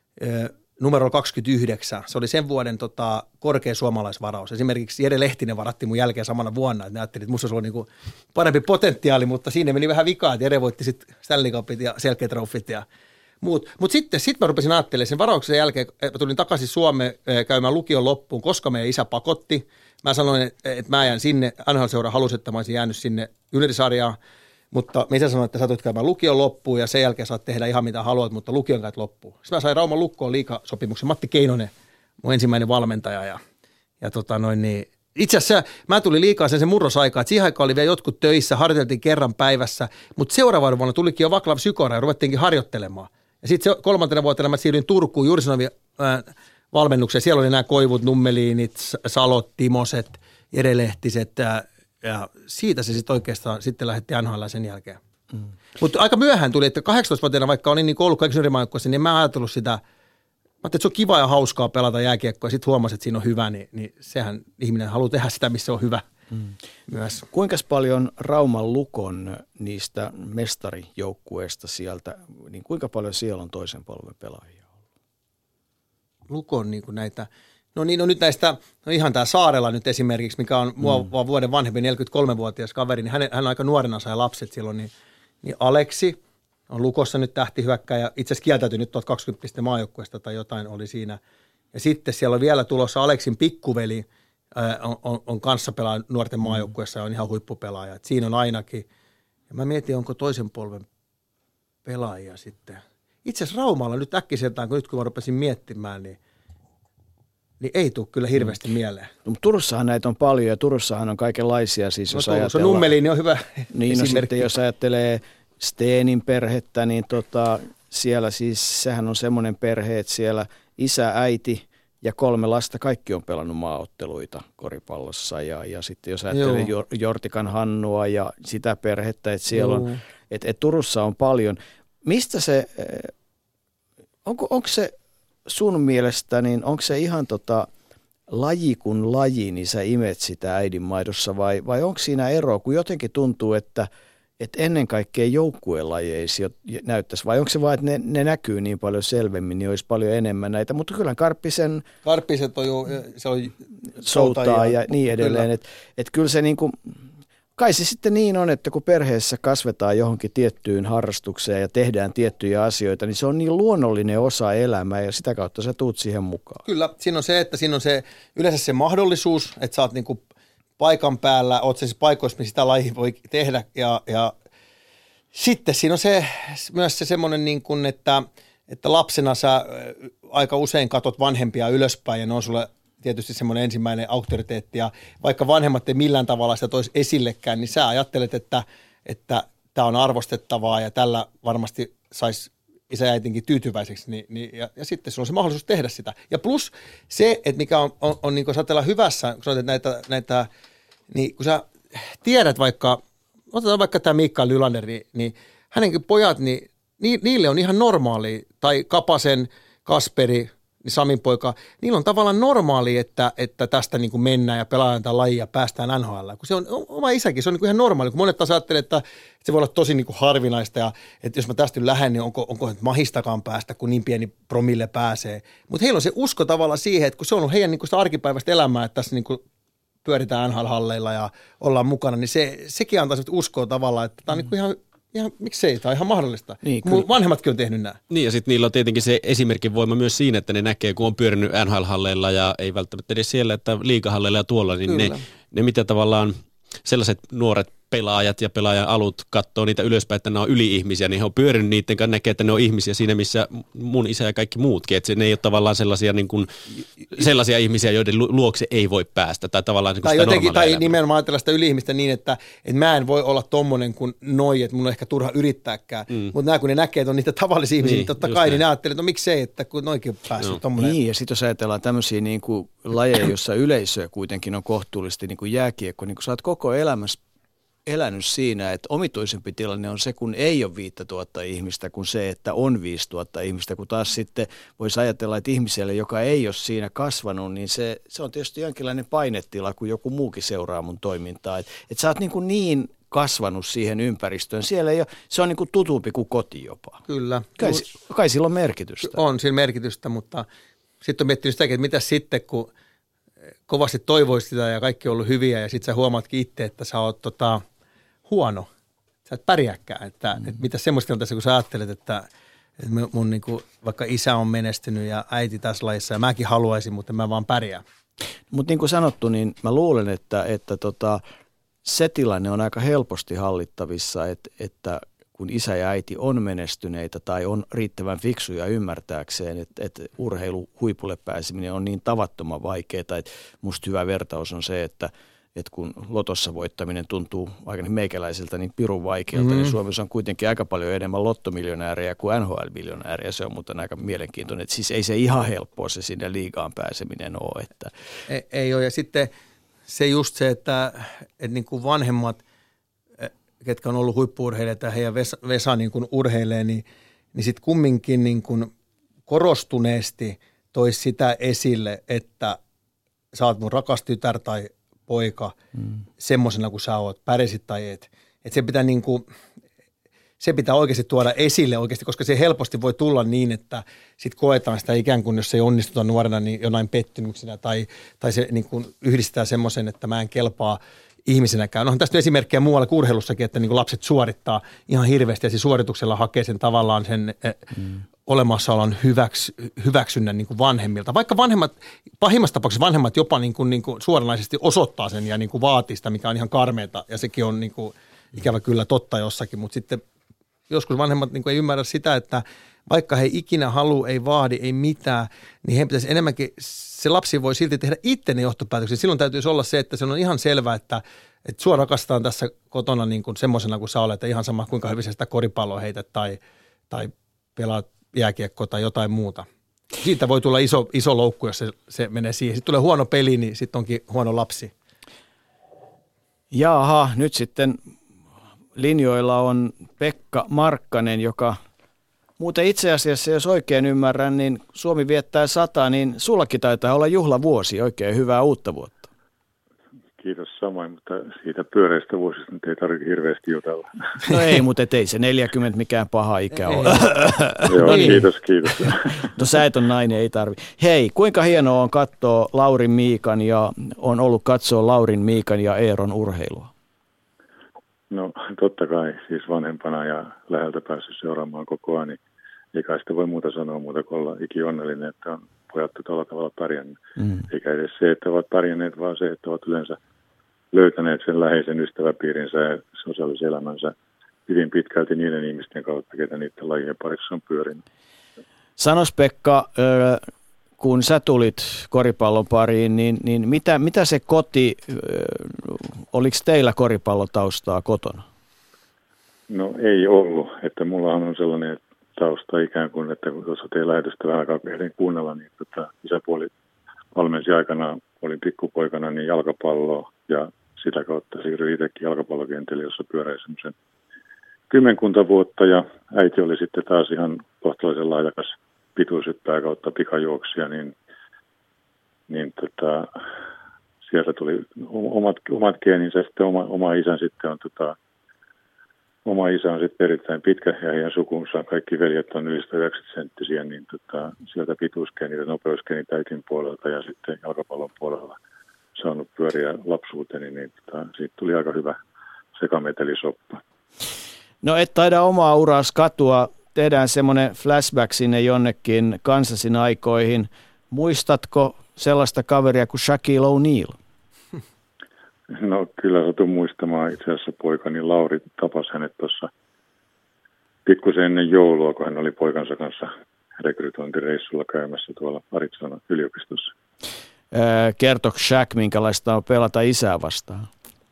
numero kaksikymmentäyhdeksän. Se oli sen vuoden tota, korkea suomalaisvaraus. Esimerkiksi Jere Lehtinen varatti mun jälkeen samana vuonna. Ne ajattelin, että musta olisi ollut niinku parempi potentiaali, mutta siinä meni vähän vikaa, että Jere voitti sitten Stanley Cupit ja Selke Trophyt ja muut. Mutta sitten sit mä rupesin ajattelemaan sen varauksen jälkeen, että mä tulin takaisin Suomeen käymään lukion loppuun, koska meidän isä pakotti. Mä sanoin, että mä jään sinne, N H L-seura halusi, että mä olisin jäänyt sinne juniorisarjaan, mutta mä isä sanoi, että sä tulet käymään lukion loppuun ja sen jälkeen saat tehdä ihan mitä haluat, mutta lukion käyt loppuun. Sitten mä sain Rauman lukkoon liigasopimuksen, Matti Keinonen, mun ensimmäinen valmentaja ja, ja tota noin niin. Itse asiassa mä tulin liikaa sen, sen murrosaikaa, että siihen aikaan oli vielä jotkut töissä, harjoiteltiin kerran päivässä, mutta seuraavana vuonna tulikin jo Vaclav Sykora ja ruvettiinkin harjoittelemaan. Ja sitten kolmantena vuotena mä siirryin Turkuun Jurisonovin äh, valmennukseen. Siellä oli nämä Koivut, Nummeliinit, Salot, Timoset, Jere Lehtiset ja, ja siitä se sitten oikeastaan sitten lähdettiin N H L sen jälkeen. Mm. Mutta aika myöhään tuli, että kahdeksantoistavuotiaana vaikka olin niin ollut kaikissa yrimaajoukkueissa, niin en mä ajatellut sitä, mä ajattelin, että se on kiva ja hauskaa pelata jääkiekkoa ja sitten huomasin, että siinä on hyvä, niin, niin sehän ihminen haluaa tehdä sitä, missä on hyvä mm. myös. Kuinka paljon Rauman Lukon niistä mestarijoukkueista sieltä, niin kuinka paljon siellä on toisen polven pelaajia ollut? Lukon niin kuin näitä, no niin, no nyt näistä, no ihan tämä Saarella nyt esimerkiksi, mikä on mua mm. vaan vuoden vanhempi, neljäkymmentäkolmevuotias kaveri, niin hän, hän on aika nuorena sai lapset silloin, niin, niin Aleksi on Lukossa nyt tähtihyökkäjä, itse asiassa kieltäytyi nyt tuolta kaksikymmentä maajoukkueesta tai jotain oli siinä. Ja sitten siellä on vielä tulossa Aleksin pikkuveli, ää, on, on, on kanssa pelaa nuorten maajoukkueessa ja on ihan huippupelaaja. Et siinä on ainakin, ja mä mietin, onko toisen polven pelaajia sitten. Itse asiassa Raumalla nyt äkkiseltään, kun nyt kun mä rupesin miettimään, niin niin ei tule kyllä hirveästi mm. mieleen. No, mutta Turussahan näitä on paljon ja Turussahan on kaikenlaisia. Siis no, jos Turussa Nummeliin on hyvä niin, no sitten jos ajattelee Steenin perhettä, niin tota, siellä siis sehän on semmoinen perhe, että siellä isä, äiti ja kolme lasta, kaikki on pelannut maaotteluita koripallossa. Ja, ja sitten jos ajattelee Joo. Jortikan Hannua ja sitä perhettä, että siellä Joo. on, että et Turussa on paljon. Mistä se, onko, onko se sun mielestä, niin onko se ihan tota laji kuin laji, niin sä imet sitä äidinmaidossa vai, vai onko siinä ero, kun jotenkin tuntuu, että, että ennen kaikkea joukkuelajeissa näyttäisi, vai onko se vaan, että ne, ne näkyy niin paljon selvemmin, niin olisi paljon enemmän näitä, mutta kyllä Karppisen Karppiset on jo, se on soutaa ja niin edelleen, että et kyllä se niin kuin, kai se sitten niin on, että kun perheessä kasvetaan johonkin tiettyyn harrastukseen ja tehdään tiettyjä asioita, niin se on niin luonnollinen osa elämää ja sitä kautta sä tuut siihen mukaan. Kyllä, siinä on se, että siinä on se yleensä se mahdollisuus, että sä oot niinku paikan päällä, oot siis paikoissa, missä sitä lajia voi tehdä ja, ja sitten siinä on se, myös se semmoinen, niin kuin, että, että lapsena sä aika usein katot vanhempia ylöspäin ja ne on sulle tietysti semmoinen ensimmäinen auktoriteetti, ja vaikka vanhemmat ei millään tavalla sitä toisi esillekään, niin sä ajattelet, että että tämä on arvostettavaa ja tällä varmasti saisi isä ja äitinkin tyytyväiseksi, niin, niin, ja, ja sitten sulla on se mahdollisuus tehdä sitä. Ja plus se, että mikä on, on, on niin kuin ajatellaan hyvässä, kun sanoit, että näitä, näitä, niin kun sä tiedät vaikka, otetaan vaikka tämä Mikael Nylander, niin, niin hänenkin pojat, niin ni, niille on ihan normaali, tai Kapasen, Kasperi, niin Samin poika, niillä on tavallaan normaali, että, että tästä niin kuin mennään ja pelataan tätä lajia ja päästään N H L. Kun se on oma isäkin, se on niin kuin ihan normaali. Kun monet taas ajattelee, että se voi olla tosi niin kuin harvinaista ja että jos mä tästä lähden, niin onko, onko mahistakaan päästä, kun niin pieni promille pääsee. Mutta heillä on se usko tavallaan siihen, että kun se on ollut heidän niin kuin sitä arkipäiväistä elämää, että tässä niin kuin pyöritään N H L-halleilla ja ollaan mukana, niin se, sekin antaa uskoa tavallaan, että tämä on mm. niin kuin ihan Ja miksei, tämä on ihan mahdollista. Niin, mun vanhemmatkin on tehnyt nämä. Niin, ja sitten niillä on tietenkin se esimerkin voima myös siinä, että ne näkee, kun on pyörinyt N H L-halleilla ja ei välttämättä edes siellä, että liigahalleilla ja tuolla, niin ne, ne mitä tavallaan sellaiset nuoret pelaajat ja pelaajan alut katsoo niitä ylöspäin, että ne on yli-ihmisiä, niin he on pyörinyt niiden kanssa, näkee, että ne on ihmisiä siinä, missä mun isä ja kaikki muutkin. Että ne ei ole tavallaan sellaisia, niin kuin, sellaisia ihmisiä, joiden luokse ei voi päästä. Tai tavallaan niin tai, jotenkin, tai elämää. Nimenomaan ajatella sitä yli-ihmistä niin, että, että mä en voi olla tommonen kuin noi, että mun on ehkä turha yrittääkään. Mm. Mutta nämä kun ne näkee, että on niitä tavallisia ihmisiä, niin, niin totta kai näin. Niin ne ajattelee, että no miksei, että kun noikin on päässyt no. tommonen. Niin, ja sitten jos ajatellaan tämmöisiä niin kuin lajeja, jossa yleisöä kuitenkin on kohtuullisesti, niin kuin jääkiekko, niin kuin sä oot koko elämässä elänyt siinä, että omituisempi tilanne on se, kun ei ole viisituhatta ihmistä, kuin se, että on viisituhatta ihmistä, kun taas sitten voisi ajatella, että ihmiselle, joka ei ole siinä kasvanut, niin se, se on tietysti jonkinlainen painetila, kun joku muukin seuraa mun toimintaa. Että et sä oot niin, kuin niin kasvanut siihen ympäristöön. Siellä ei ole, se on niin kuin tutumpi kuin koti jopa. Kyllä. Kai, kai sillä on merkitystä. On sillä merkitystä, mutta sitten on miettinyt sitäkin, että mitä sitten, kun kovasti toivoisit sitä ja kaikki on ollut hyviä ja sitten sä huomaatkin itse, että sä oot tota, huono. Sä et pärjääkään. Että, mm. että mitä semmoista tilanteessa, kun sä ajattelet, että, että mun niin kuin, vaikka isä on menestynyt ja äiti tässä lajissa ja mäkin haluaisin, mutta mä vaan pärjään. Mutta niin kuin sanottu, niin mä luulen, että, että tota, se tilanne on aika helposti hallittavissa, että, että kun isä ja äiti on menestyneitä tai on riittävän fiksuja ymmärtääkseen, että, että urheilu huipulle pääseminen on niin tavattoman vaikeaa. Että musta hyvä vertaus on se, että, että kun lotossa voittaminen tuntuu aika meikäläiseltä niin pirun vaikealta, mm-hmm. niin Suomessa on kuitenkin aika paljon enemmän lottomiljonäärejä kuin N H L-miljonäärejä. Se on muuten aika mielenkiintoinen. Että siis ei se ihan helppoa se sinne liigaan pääseminen ole. Että. Ei, ei ole. Ja sitten se just se, että, että niin kuin vanhemmat, ketkä on ollut huippu-urheilijoita ja heidän Vesa, Vesa niin kuin urheilee, niin, niin sitten kumminkin niin kuin korostuneesti toisi sitä esille, että sä oot mun rakas tytär tai poika mm. semmoisena kuin sä oot, pärjäsit tai et. Että se pitää niin kuin, se pitää oikeasti tuoda esille oikeasti, koska se helposti voi tulla niin, että sit koetaan sitä ikään kuin, jos ei onnistuta nuorena, niin jonain pettymyksenä tai, tai se niin kuin yhdistää semmoisen, että mä en kelpaa ihmisenäkään. Onhan tästä esimerkkejä muualla kuin urheilussakin, että niin kuin lapset suorittaa ihan hirveästi ja se suorituksella hakee sen tavallaan sen mm. olemassaolon hyväks, hyväksynnän niin kuin vanhemmilta. Vaikka vanhemmat, pahimmassa tapauksessa vanhemmat jopa niin kuin, niin kuin suoranaisesti osoittaa sen ja niin kuin vaatii sitä, mikä on ihan karmeata ja sekin on niin kuin ikävä kyllä totta jossakin, mutta sitten joskus vanhemmat niin kuin ei ymmärrä sitä, että vaikka he ikinä halua, ei vaadi, ei mitään, niin heidän pitäisi enemmänkin, se lapsi voi silti tehdä itse ne johtopäätöksiä. Silloin täytyisi olla se, että se on ihan selvää, että, että sua rakastetaan tässä kotona niin kuin semmoisena kuin sä olet, ja ihan sama kuinka hyvin sä sitä koripalloa heität tai, tai pelaat jääkiekkoa tai jotain muuta. Siitä voi tulla iso, iso loukku, jos se, se menee siihen. Sitten tulee huono peli, niin sitten onkin huono lapsi. Jaha, nyt sitten linjoilla on Pekka Markkanen, joka muuten itse asiassa, jos oikein ymmärrän, niin Suomi viettää sata, niin sullakin taitaa olla juhlavuosi. Oikein hyvää uutta vuotta. Kiitos samoin, mutta siitä pyöreistä vuosista nyt ei tarvitse hirveästi jutella. No ei, mutta ei se neljäkymmentä mikään paha ikä ole. Joo, kiitos, kiitos. No sä et ole nainen, ei tarvi. Hei, kuinka hienoa on katsoa Laurin Miikan ja on ollut katsoa Laurin Miikan ja Eeron urheilua? No totta kai, siis vanhempana ja läheltä päässyt seuraamaan koko ajan, niin ei kai sitä voi muuta sanoa muuta kuin olla ikionnellinen, että on pojat tällä tavalla pärjännyt. Mm. Eikä edes se, että ovat pärjänneet, vaan se, että ovat yleensä löytäneet sen läheisen ystäväpiirinsä ja sosiaaliselämänsä hyvin pitkälti niiden ihmisten kautta, ketä niiden lajien parissa on pyörinyt. Sanos Pekka, kun sä tulit koripallon pariin, niin, niin mitä, mitä se koti, oliko teillä koripallotaustaa kotona? No ei ollut, että mulla on sellainen tausta ikään kuin, että kun tuossa tein lähetystä vähän aikaa kuunnella, niin tota, isäpuoli valmensi aikanaan, olin pikkupoikana, niin jalkapalloa ja sitä kautta siirryin itsekin jalkapallokentälle, jossa pyöräin semmoisen kymmenkunta vuotta ja äiti oli sitten taas ihan kohtalaisen laajakas pituushyppää kautta pikajuoksia, niin, niin tota, sieltä tuli omat, omat geeninsä, sitten oma, oma isän sitten on tota, Oma isä on sitten erittäin pitkä ja heidän sukunsa, kaikki veljet on yli sata yhdeksänkymmentä senttisiä, niin tota, sieltä pituusgeenit ja nopeusgeenit äitin puolelta ja sitten jalkapallon puolella saanut pyöriä lapsuuteni, niin tota, siitä tuli aika hyvä sekametelisoppa. No et taida omaa uraas katua, tehdään semmoinen flashback sinne jonnekin Kansasin aikoihin. Muistatko sellaista kaveria kuin Shaquille O'Neal? No kyllä satun muistamaan. Itse asiassa poikani Lauri tapasi hänet tuossa pikkusen ennen joulua, kun hän oli poikansa kanssa rekrytointireissulla käymässä tuolla Arizonan yliopistossa. Kertoiko Shaq, minkälaista on pelata isää vastaan?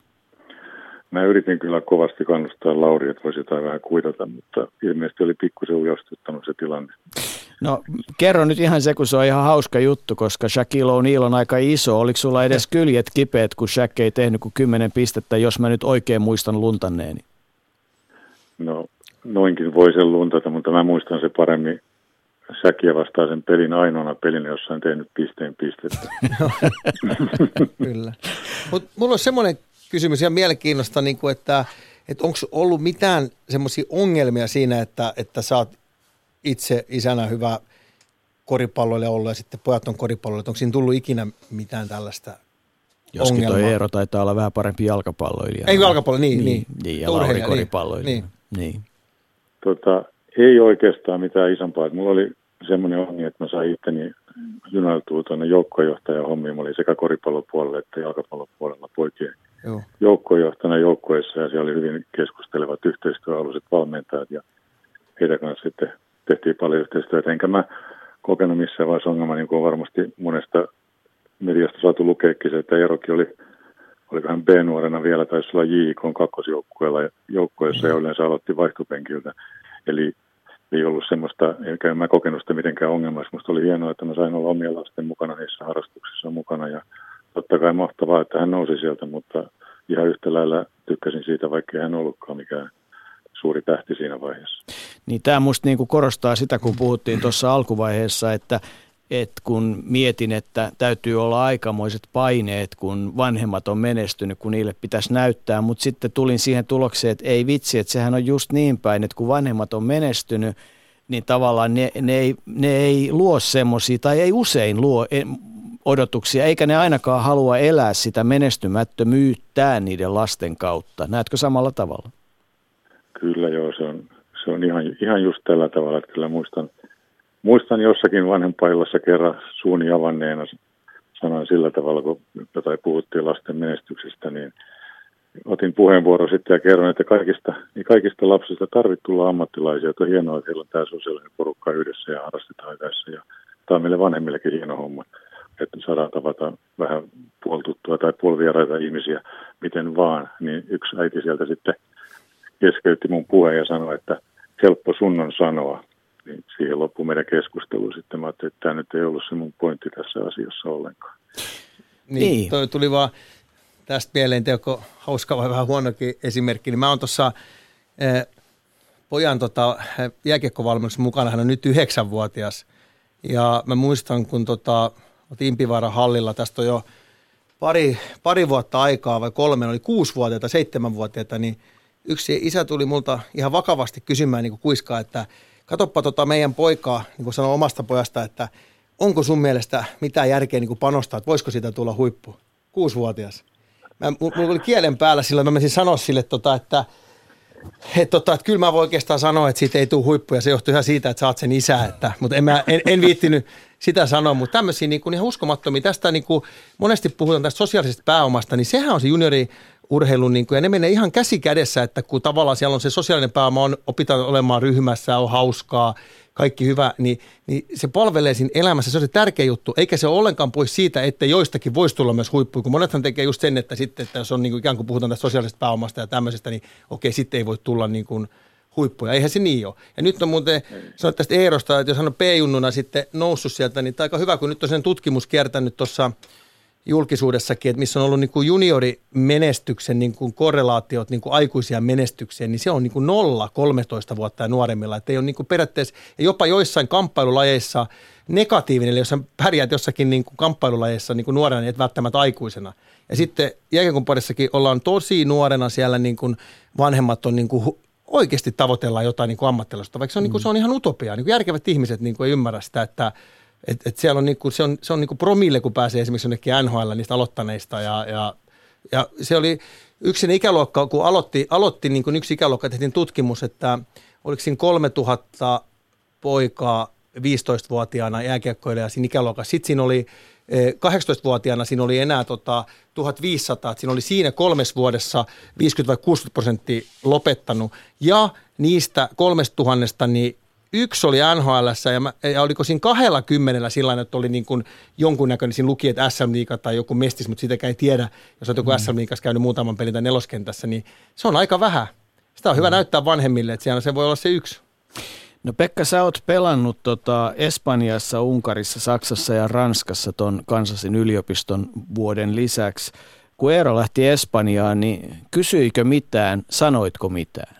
Mä yritin kyllä kovasti kannustaa Lauri, että voisi jotain vähän kuitata, mutta ilmeisesti oli pikkusen ujostuttanut se tilanne. No kerro nyt ihan se, kun se on ihan hauska juttu, koska Shaquille O'Neal on aika iso. Oliko sulla edes kyljet kipeät, kun Shaq ei tehnyt kuin kymmenen pistettä, jos mä nyt oikein muistan luntanneeni? No noinkin voi sen luntata, mutta mä muistan se paremmin Shaqia vastaan sen pelin ainoana pelinä, jossa on tehnyt pisteen pistettä. Kyllä. Mutta mulla on semmoinen kysymys ihan mielenkiinnosta, niin kuin, että, että onko ollut mitään semmoisia ongelmia siinä, että, että sä oot itse isänä hyvä koripalloille ollut ja sitten pojat on koripalloille. Onko siinä tullut ikinä mitään tällaista Joskin ongelmaa? toi Eero taitaa olla vähän parempi jalkapalloilija. Ei jalkapallo, niin. Niin, niin, niin ja Lauri koripalloilija. Niin. niin. Tota, ei oikeastaan mitään isompaa. Mulla oli semmoinen onni, että mä sain itteni junaltua tuonne joukkojohtajan hommiin. Mä olin sekä koripallopuolella että jalkapallopuolella poikien joukkojohtajana joukkoissa ja siellä oli hyvin keskustelevat yhteistyöalueet valmentajat ja heidän kanssa sitten tehtiin paljon yhteistyötä. Enkä mä kokenut missään vaiheessa ongelma, niin kuin on varmasti monesta mediasta saatu lukeekin se, että Eerokin oli, olikohan B-nuorena vielä, taisi olla J I K:n kakkosjoukkueella joukkueessa ja yleensä aloitti vaihtopenkiltä. Eli ei ollut semmoista, enkä mä kokenut sitä mitenkään ongelmaa. Musta oli hienoa, että mä sain olla omien lasten mukana niissä harrastuksissa mukana ja totta kai mahtavaa, että hän nousi sieltä, mutta ihan yhtä lailla tykkäsin siitä, vaikka hän ollutkaan mikään suuri tähti siinä vaiheessa. Niin tämä musta niin kuin korostaa sitä, kun puhuttiin tuossa alkuvaiheessa, että, että kun mietin, että täytyy olla aikamoiset paineet, kun vanhemmat on menestynyt, kun niille pitäisi näyttää, mutta sitten tulin siihen tulokseen, että ei vitsi, että sehän on just niin päin, että kun vanhemmat on menestynyt, niin tavallaan ne, ne, ei, ne ei luo semmoisia, tai ei usein luo odotuksia, eikä ne ainakaan halua elää sitä menestymättömyyttään niiden lasten kautta. Näetkö samalla tavalla? Kyllä joo, se on, se on ihan, ihan just tällä tavalla, että kyllä muistan, muistan jossakin vanhempaillassa kerran suuni avanneena sanoin sillä tavalla, kun jotain puhuttiin lasten menestyksestä, niin otin puheenvuoron sitten ja kerron, että kaikista, niin kaikista lapsista tarvitsee tulla ammattilaisia, että on hienoa, että heillä on tämä sosiaalinen porukka yhdessä ja harrastetaan yhdessä. Ja tämä on meille vanhemmillekin hieno homma, että saadaan tavata vähän puoltuttua tai puolivieraita ihmisiä, miten vaan. Niin yksi äiti sieltä sitten keskeytti mun puheen ja sanoi, että helppo sun on sanoa. Niin siihen loppui meidän keskustelu. Sitten mä ajattelin, että tämä nyt ei ollut se mun pointti tässä asiassa ollenkaan. Niin, niin. Toi tuli vaan tästä mieleen, teoko hauska vai vähän huonokin esimerkki. Niin mä oon tuossa eh, pojan tota, jääkiekkovalmennuksessa mukana, hän on nyt yhdeksänvuotias. Ja mä muistan, kun tota, Impivaaran hallilla, tästä on jo pari, pari vuotta aikaa vai kolme, oli kuusivuotiaita, seitsemänvuotiaita, niin yksi isä tuli multa ihan vakavasti kysymään niin kuin kuiskaa, että katoppa tota meidän poikaa, niin kuin sanoi omasta pojasta, että onko sun mielestä mitään järkeä niin kuin panostaa, että voisiko siitä tulla huippu? Kuusivuotias. Mä, mulla oli kielen päällä silloin, mä menisin sanoa sille, tota, että, että, tota, että kyllä mä voin oikeastaan sanoa, että siitä ei tule huippuja. Se johtuu ihan siitä, että sä oot sen isä, että, mutta en, mä, en, en viittinyt sitä sanoa, mutta tämmöisiä niin kuin ihan uskomattomia. Tästä niin kuin monesti puhutaan tästä sosiaalisesta pääomasta, niin sehän on se junioriurheilun, niin kuin, ja ne menee ihan käsi kädessä, että kun tavallaan siellä on se sosiaalinen pääoma, on, opitaan olemaan ryhmässä, on hauskaa, kaikki hyvä, niin, niin se palvelee siinä elämässä, se on se tärkeä juttu, eikä se ole ollenkaan pois siitä, että joistakin voisi tulla myös huippuja, kun monethan tekee just sen, että sitten, että jos on niin kuin, ikään kuin puhutaan tästä sosiaalisesta pääomasta ja tämmöisestä, niin okei, sitten ei voi tulla niin kuin huippuja, eihän se niin ole. Ja nyt on muuten, sanoit tästä Eerosta, että jos hän on P-junnuna sitten noussut sieltä, niin tämä on aika hyvä, kun nyt on sen tutkimus kiertänyt tuossa julkisuudessakin, että missä on ollut niin kuin juniorimenestyksen niin kuin korrelaatiot niin kuin aikuisia menestykseen, niin se on niin kuin nolla kolmetoista vuotta ja nuoremmilla. Että ei ole niin kuin periaatteessa, ja jopa joissain kamppailulajeissa negatiivinen, eli jos sä pärjäät jossakin niin kuin kamppailulajeissa niin kuin nuorena, niin et välttämättä aikuisena. Ja sitten jääkiekon parissakin ollaan tosi nuorena siellä, niin kuin vanhemmat on niin kuin oikeasti tavoitellaan jotain niin kuin ammattilaisuutta, vaikka se on, mm. niin kuin, se on ihan utopia. Niin kuin järkevät ihmiset niin kuin ei ymmärrä sitä, että Et, et siellä on niinku, se on, se on niinku promille, kun pääsee esimerkiksi jonnekin N H L niistä aloittaneista. Ja, ja, ja se oli yksi ikäluokka, kun aloitti, aloitti niin kuin yksi ikäluokka, tehtiin tutkimus, että oliko siinä kolmetuhatta poikaa viisitoistavuotiaana jääkiekkoilija siinä ikäluokassa. Sitten siinä oli kahdeksantoistavuotiaana siinä oli enää tota, tuhatviisisataa, että siinä oli siinä kolmes vuodessa viisikymmentä vai kuusikymmentä prosenttia lopettanut. Ja niistä kolmesta tuhannesta niin yksi oli N H L:ssä ja, mä, ja oliko siinä kahdella kymmenellä sillain, että oli niin kuin jonkunnäköinen, siinä luki, että S M-liiga tai joku mestis, mutta sitäkään ei tiedä, jos olet joku mm. S M-liigassa käynyt muutaman pelin tai neloskentässä, niin se on aika vähän. Sitä on hyvä mm. näyttää vanhemmille, että siellä se voi olla se yksi. No Pekka, sä oot pelannut tota Espanjassa, Unkarissa, Saksassa ja Ranskassa ton Kansasin yliopiston vuoden lisäksi. Kun Eero lähti Espanjaan, niin kysyikö mitään, sanoitko mitään?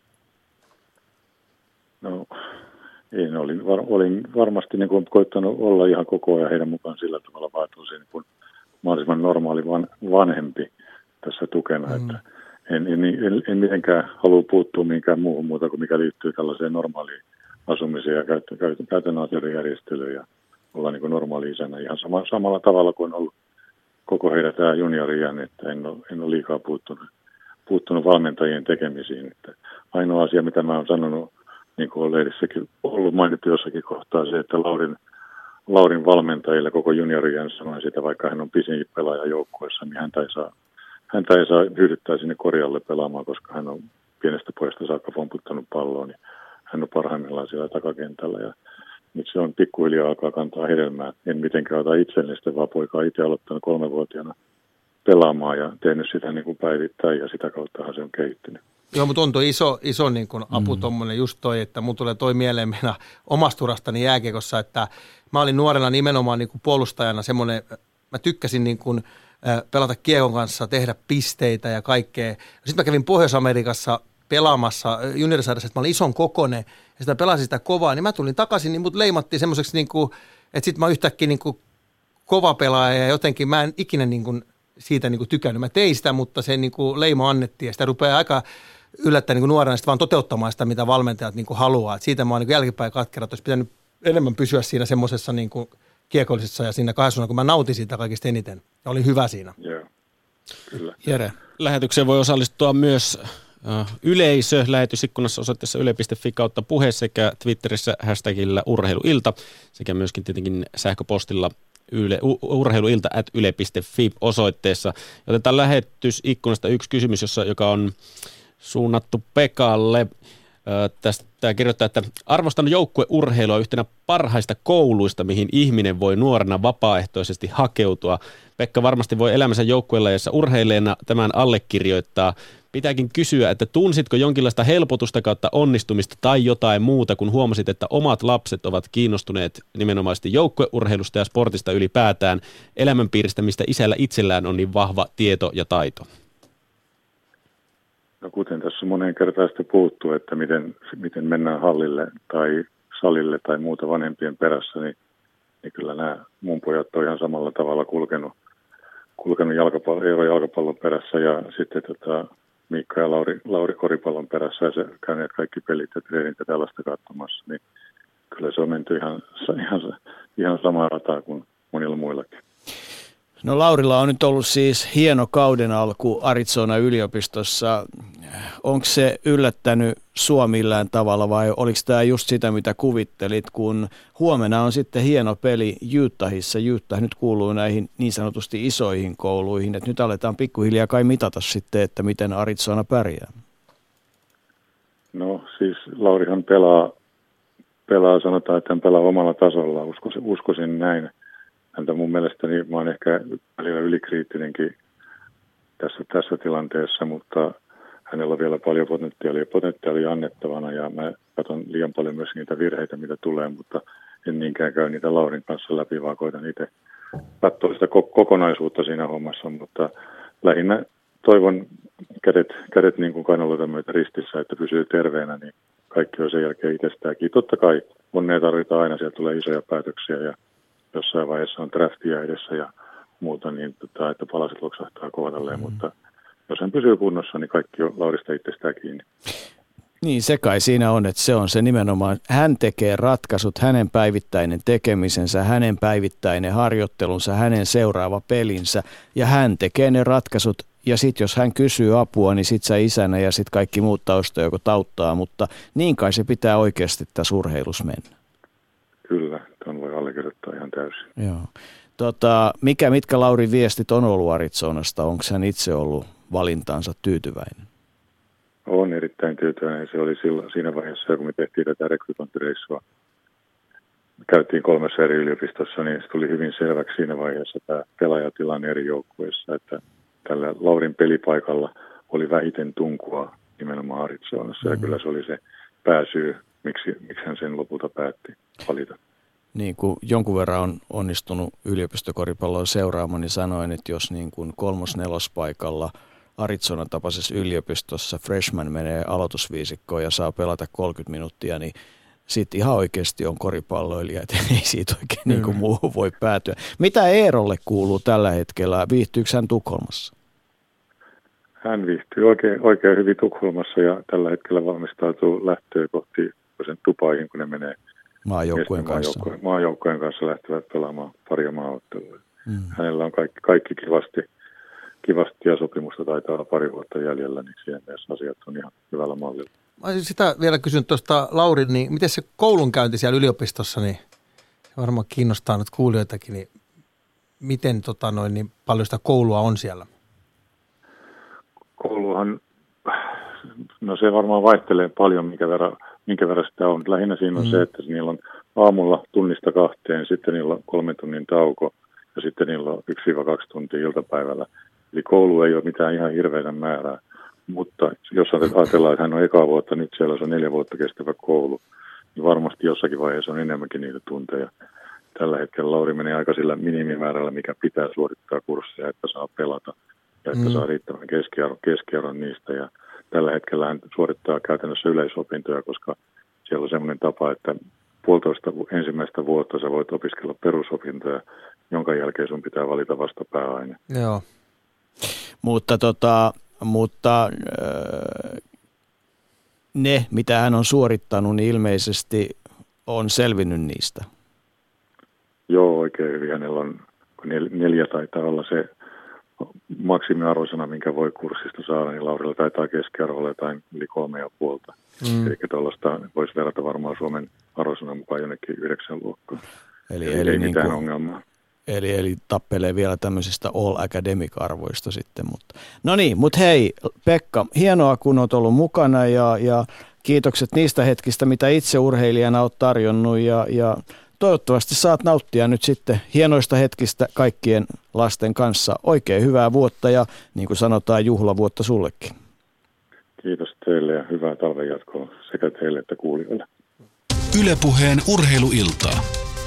No... Ei, olin, var, olin varmasti niin kuin koittanut olla ihan koko ajan heidän mukaan sillä tavalla vaatuisin niin kuin mahdollisimman normaali van, vanhempi tässä tukena. Mm. Että en, en, en, en mitenkään halua puuttua mihinkään muuhun muuta kuin mikä liittyy tällaiseen normaaliin asumiseen ja käytön, käytön, käytön asioiden järjestelyyn ja olla niin kuin normaali isänä ihan sama, samalla tavalla kuin on ollut koko heidän tämä junioriän, että en ole, en ole liikaa puuttunut, puuttunut valmentajien tekemisiin. Että ainoa asia, mitä mä oon sanonut, niin kuin on lehdissäkin ollut mainittu jossakin kohtaa se, että Laurin, Laurin valmentajille koko juniorien sanoi sitä, vaikka hän on pisin pelaaja joukkueessa, niin häntä ei saa, häntä ei saa hyödyttää sinne korjalle pelaamaan, koska hän on pienestä pojasta saakka pomputtanut palloa, niin hän on parhaimmillaan siellä takakentällä. Ja nyt se on pikkuhiljaa alkaa kantaa hedelmää. En mitenkään ota itsellistä, vaan poika on itse aloittanut kolmevuotiaana pelaamaan ja tehnyt sitä niin kuin päivittäin ja sitä kauttahan se on kehittynyt. Joo, mutta on tuo iso, iso niin kuin apu mm. tuommoinen just toi, että mun tulee toi mieleen meidän omasta urastani jääkiekossa, että mä olin nuorena nimenomaan niin kuin puolustajana semmoinen, mä tykkäsin niin kuin pelata kiekon kanssa, tehdä pisteitä ja kaikkea. Sitten mä kävin Pohjois-Amerikassa pelaamassa juniorisarjassa, että mä olin ison kokonen ja sitten mä pelasin sitä kovaa, niin mä tulin takaisin, niin mut leimattiin semmoiseksi, niin kuin, että sitten mä yhtäkkiä niin kuin kova pelaaja ja jotenkin mä en ikinä niin kuin siitä niin kuin tykännyt. Mä tein sitä, mutta se niin kuin leima annettiin ja sitä rupeaa aika yllättäen niin kuin nuorena sitten vaan toteuttamaan sitä, mitä valmentajat niin kuin haluaa. Et siitä mä oon niin kuin jälkipäin katkera, että olisi pitänyt enemmän pysyä siinä semmoisessa niin kuin kiekollisessa ja siinä kahdessa, kun mä nautin siitä kaikista eniten. Ja olin hyvä siinä. Joo, kyllä. Jere. Lähetykseen voi osallistua myös yleisö lähetysikkunassa osoitteessa yle piste fi kautta puhe sekä Twitterissä hashtagillä urheiluilta sekä myöskin tietenkin sähköpostilla yle, urheiluilta at yle piste fi osoitteessa. Ja otetaan lähetysikkunasta yksi kysymys, jossa, joka on suunnattu Pekalle. Tästä kirjoittaa, että arvostan joukkueurheilua yhtenä parhaista kouluista, mihin ihminen voi nuorena vapaaehtoisesti hakeutua. Pekka varmasti voi elämänsä joukkuelajeissa urheilijana tämän allekirjoittaa. Pitääkin kysyä, että tunsitko jonkinlaista helpotusta kautta onnistumista tai jotain muuta, kun huomasit, että omat lapset ovat kiinnostuneet nimenomaisesti joukkueurheilusta ja sportista ylipäätään elämänpiiristä, mistä isällä itsellään on niin vahva tieto ja taito? No kuten tässä moneen kertaan sitten puhuttu, että miten, miten mennään hallille tai salille tai muuta vanhempien perässä, niin, niin kyllä nämä mun pojat on ihan samalla tavalla kulkenut, kulkenut jalkapallo, jalkapallon perässä ja sitten tota, Miikka ja Lauri, Lauri koripallon perässä ja se käyneet kaikki pelit ja treenit ja tällaista katsomassa, niin kyllä se on menty ihan, ihan, ihan samaa rataa kuin monilla muillakin. No Laurilla on nyt ollut siis hieno kauden alku Arizonan yliopistossa. Onko se yllättänyt sua millään tavalla vai oliko tämä just sitä, mitä kuvittelit, kun huomenna on sitten hieno peli Utahissa. Utah nyt kuuluu näihin niin sanotusti isoihin kouluihin, että nyt aletaan pikkuhiljaa kai mitata sitten, että miten Arizona pärjää. No siis Laurihan pelaa, pelaa sanotaan, että hän pelaa omalla tasolla, uskoisin, uskoisin näin. Häntä mun mielestäni, mä oon ehkä välillä ylikriittinenkin tässä, tässä tilanteessa, mutta hänellä on vielä paljon potentiaalia, potentiaalia annettavana ja mä katson liian paljon myös niitä virheitä, mitä tulee, mutta en niinkään käy niitä Laurin kanssa läpi, vaan koitan itse katsoa sitä kokonaisuutta siinä hommassa, mutta lähinnä toivon kädet, kädet niin kuin kainaloita myötä ristissä, että pysyy terveenä, niin kaikki on sen jälkeen itsestäänkin. Totta kai onnea tarvitaan aina, sieltä tulee isoja päätöksiä ja jossain vaiheessa on draftia edessä ja muuta, niin tota, että palaset loksahtaa kohdalleen, mm. mutta jos hän pysyy kunnossa, niin kaikki on Laurista itsestään kiinni. Niin se kai siinä on, että se on se nimenomaan, hän tekee ratkaisut, hänen päivittäinen tekemisensä, hänen päivittäinen harjoittelunsa, hänen seuraava pelinsä ja hän tekee ne ratkaisut ja sitten jos hän kysyy apua, niin sit sä isänä ja sitten kaikki muut taustajoukot auttaa, mutta niin kai se pitää oikeasti tässä urheilussa mennä. Kyllä, tuon voi allekirjoittaa ihan täysin. Joo. Tota, mikä, mitkä Laurin viestit on ollut Arizonasta? Onko hän itse ollut valintaansa tyytyväinen? Olen erittäin tyytyväinen. Se oli silloin, siinä vaiheessa, kun me tehtiin tätä rekrytointireissua. Käytiin kolmessa eri yliopistossa, niin se tuli hyvin selväksi siinä vaiheessa tämä pelaajatilanne eri joukkueissa, että tällä Laurin pelipaikalla oli vähiten tunkua nimenomaan Arizonassa. Mm-hmm. Ja kyllä se oli se pääsyy, miksi, miksi hän sen lopulta päätti valita. Niin kuin jonkun verran on onnistunut yliopistokoripalloa seuraamaan, niin sanoin, että jos niin kuin kolmos-nelospaikalla Arizonan tapaisessa yliopistossa freshman menee aloitusviisikkoon ja saa pelata kolmekymmentä minuuttia, niin sitten ihan oikeasti on koripalloilija, että ei siitä oikein mm. niin kuin muuhun voi päätyä. Mitä Eerolle kuuluu tällä hetkellä? Viihtyykö hän Tukholmassa? Hän viihtyy oikein, oikein hyvin Tukholmassa ja tällä hetkellä valmistautuu lähtöä kohti sen tupaihin, kun ne menee maajoukkueen kanssa. Maajoukkueen, maajoukkueen kanssa lähtevät pelaamaan paria maaottelua. Mm. Hänellä on kaikki, kaikki kivasti, kivasti ja sopimusta taitaa olla pari vuotta jäljellä, niin siihen mielessä asiat on ihan hyvällä mallilla. Mä olisin sitä vielä kysynyt tuosta Lauri, niin miten se koulunkäynti siellä yliopistossa, niin varmaan kiinnostaa nyt kuulijoitakin, niin miten tota noin, niin paljon sitä koulua on siellä? Kouluhan, no se varmaan vaihtelee paljon, minkä verran, minkä verran sitä on. Lähinnä siinä on mm. se, että niillä on aamulla tunnista kahteen, sitten niillä on kolmen tunnin tauko ja sitten niillä on yksi kaksi tuntia iltapäivällä. Eli koulu ei ole mitään ihan hirveän määrää, mutta jos ajatellaan, että hän on ekaa vuotta, nyt siellä on neljä vuotta kestävä koulu, niin varmasti jossakin vaiheessa on enemmänkin niitä tunteja. tällä hetkellä Lauri menee aika sillä minimimäärällä, mikä pitää suorittaa kurssia, että saa pelata ja että mm. saa riittävän keskiarvon, keskiarvon niistä. Ja tällä hetkellä hän suorittaa käytännössä yleisopintoja, koska siellä on semmoinen tapa, että puolitoista ensimmäistä vuotta sä voit opiskella perusopintoja, jonka jälkeen sun pitää valita vasta pääaine. Joo. Mutta, tota, mutta äh, ne, mitä hän on suorittanut, niin ilmeisesti on selvinnyt niistä. Joo, oikein hyvin. Hänellä on nel, neljä taitaa olla se maksimiarvosana, minkä voi kurssista saada, niin Laurilla taitaa keskiarvolla jotain yli kolme ja puolta. Mm. Eli tuollaista voisi verrata varmaan Suomen arvosanan mukaan jonnekin yhdeksän luokkaan. Eli, eli, eli ei niin mitään kuin, ongelmaa. Eli, eli tappelee vielä tämmöisistä all academic-arvoista sitten. Mutta. No niin, mutta hei Pekka, hienoa kun olet ollut mukana ja, ja kiitokset niistä hetkistä, mitä itse urheilijana olet tarjonnut ja, ja toivottavasti saat nauttia nyt sitten hienoista hetkistä kaikkien lasten kanssa. Oikein hyvää vuotta ja niin kuin sanotaan juhlavuotta sullekin. Kiitos teille ja hyvää talven jatkoa sekä teille että kuulijoille. Yle Puheen urheiluiltaa.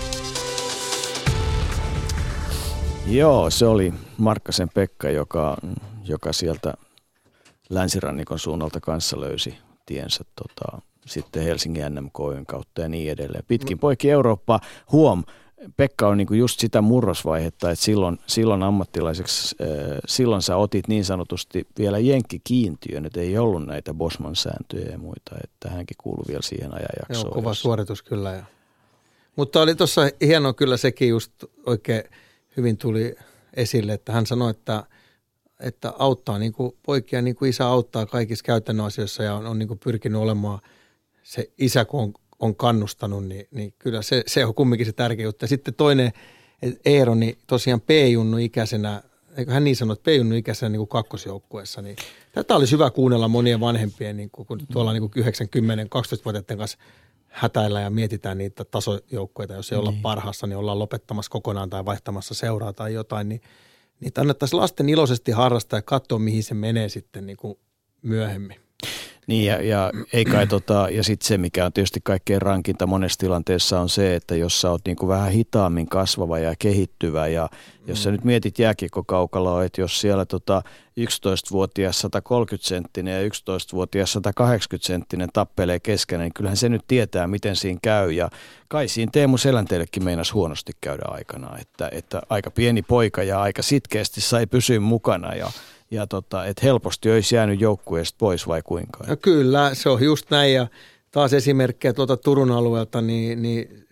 Joo, se oli Markkasen Pekka, joka, joka sieltä länsirannikon suunnalta kanssa löysi tiensä tota, sitten Helsingin N M K:n kautta ja niin edelleen. Pitkin poikki Eurooppaa. Huom, Pekka on niinku just sitä murrosvaihetta, että silloin, silloin ammattilaiseksi, äh, silloin sä otit niin sanotusti vielä jenkkikiintiön, että ei ollut näitä Bosman-sääntöjä ja muita, että hänkin kuului vielä siihen ajanjaksoon. Joo, kova jossa. Suoritus kyllä. Ja. Mutta oli tuossa hieno kyllä sekin just oikein hyvin tuli esille, että hän sanoi, että, että auttaa niin kuin poikia, niin kuin isä auttaa kaikissa käytännön asioissa ja on, on niin kuin pyrkinyt olemaan se isä, kun on, on kannustanut, niin, niin kyllä se, se on kumminkin se tärkeä juttu. Ja sitten toinen, että Eero, niin tosiaan P-junnu ikäisenä, eikö hän niin sanoi, että P-junnu ikäisenä niin kuin kakkosjoukkueessa, niin tätä olisi hyvä kuunnella monien vanhempien, niin kuin, kun tuolla niin kuin yhdeksänkymmentä kaksitoista-vuotiaiden kanssa hätäillä ja mietitään niitä tasojoukkueita, jos ei niin. olla parhaassa, niin ollaan lopettamassa kokonaan tai vaihtamassa seuraa tai jotain, niin niitä annettaisiin lasten iloisesti harrastaa ja katsoa, mihin se menee sitten niin kuin myöhemmin. Niin ja, ja, ei kai tota, ja sitten se, mikä on tietysti kaikkein rankinta monessa tilanteessa on se, että jos sä oot niinku vähän hitaammin kasvava ja kehittyvä ja jos mm. sä nyt mietit jääkiekkokaukaloa, että jos siellä tota yksitoistavuotias sata kolmekymmentä senttinen ja yksitoistavuotias sata kahdeksankymmentä senttinen tappelee keskenään, niin kyllähän se nyt tietää, miten siinä käy ja kai siinä Teemu Selänteellekin meinasi huonosti käydä aikanaan, että, että aika pieni poika ja aika sitkeästi sai pysyä mukana ja Ja tota, että helposti olisi jäänyt joukkueesta pois vai kuinka? No kyllä, se on just näin ja taas esimerkkejä tuolta Turun alueelta, niin, niin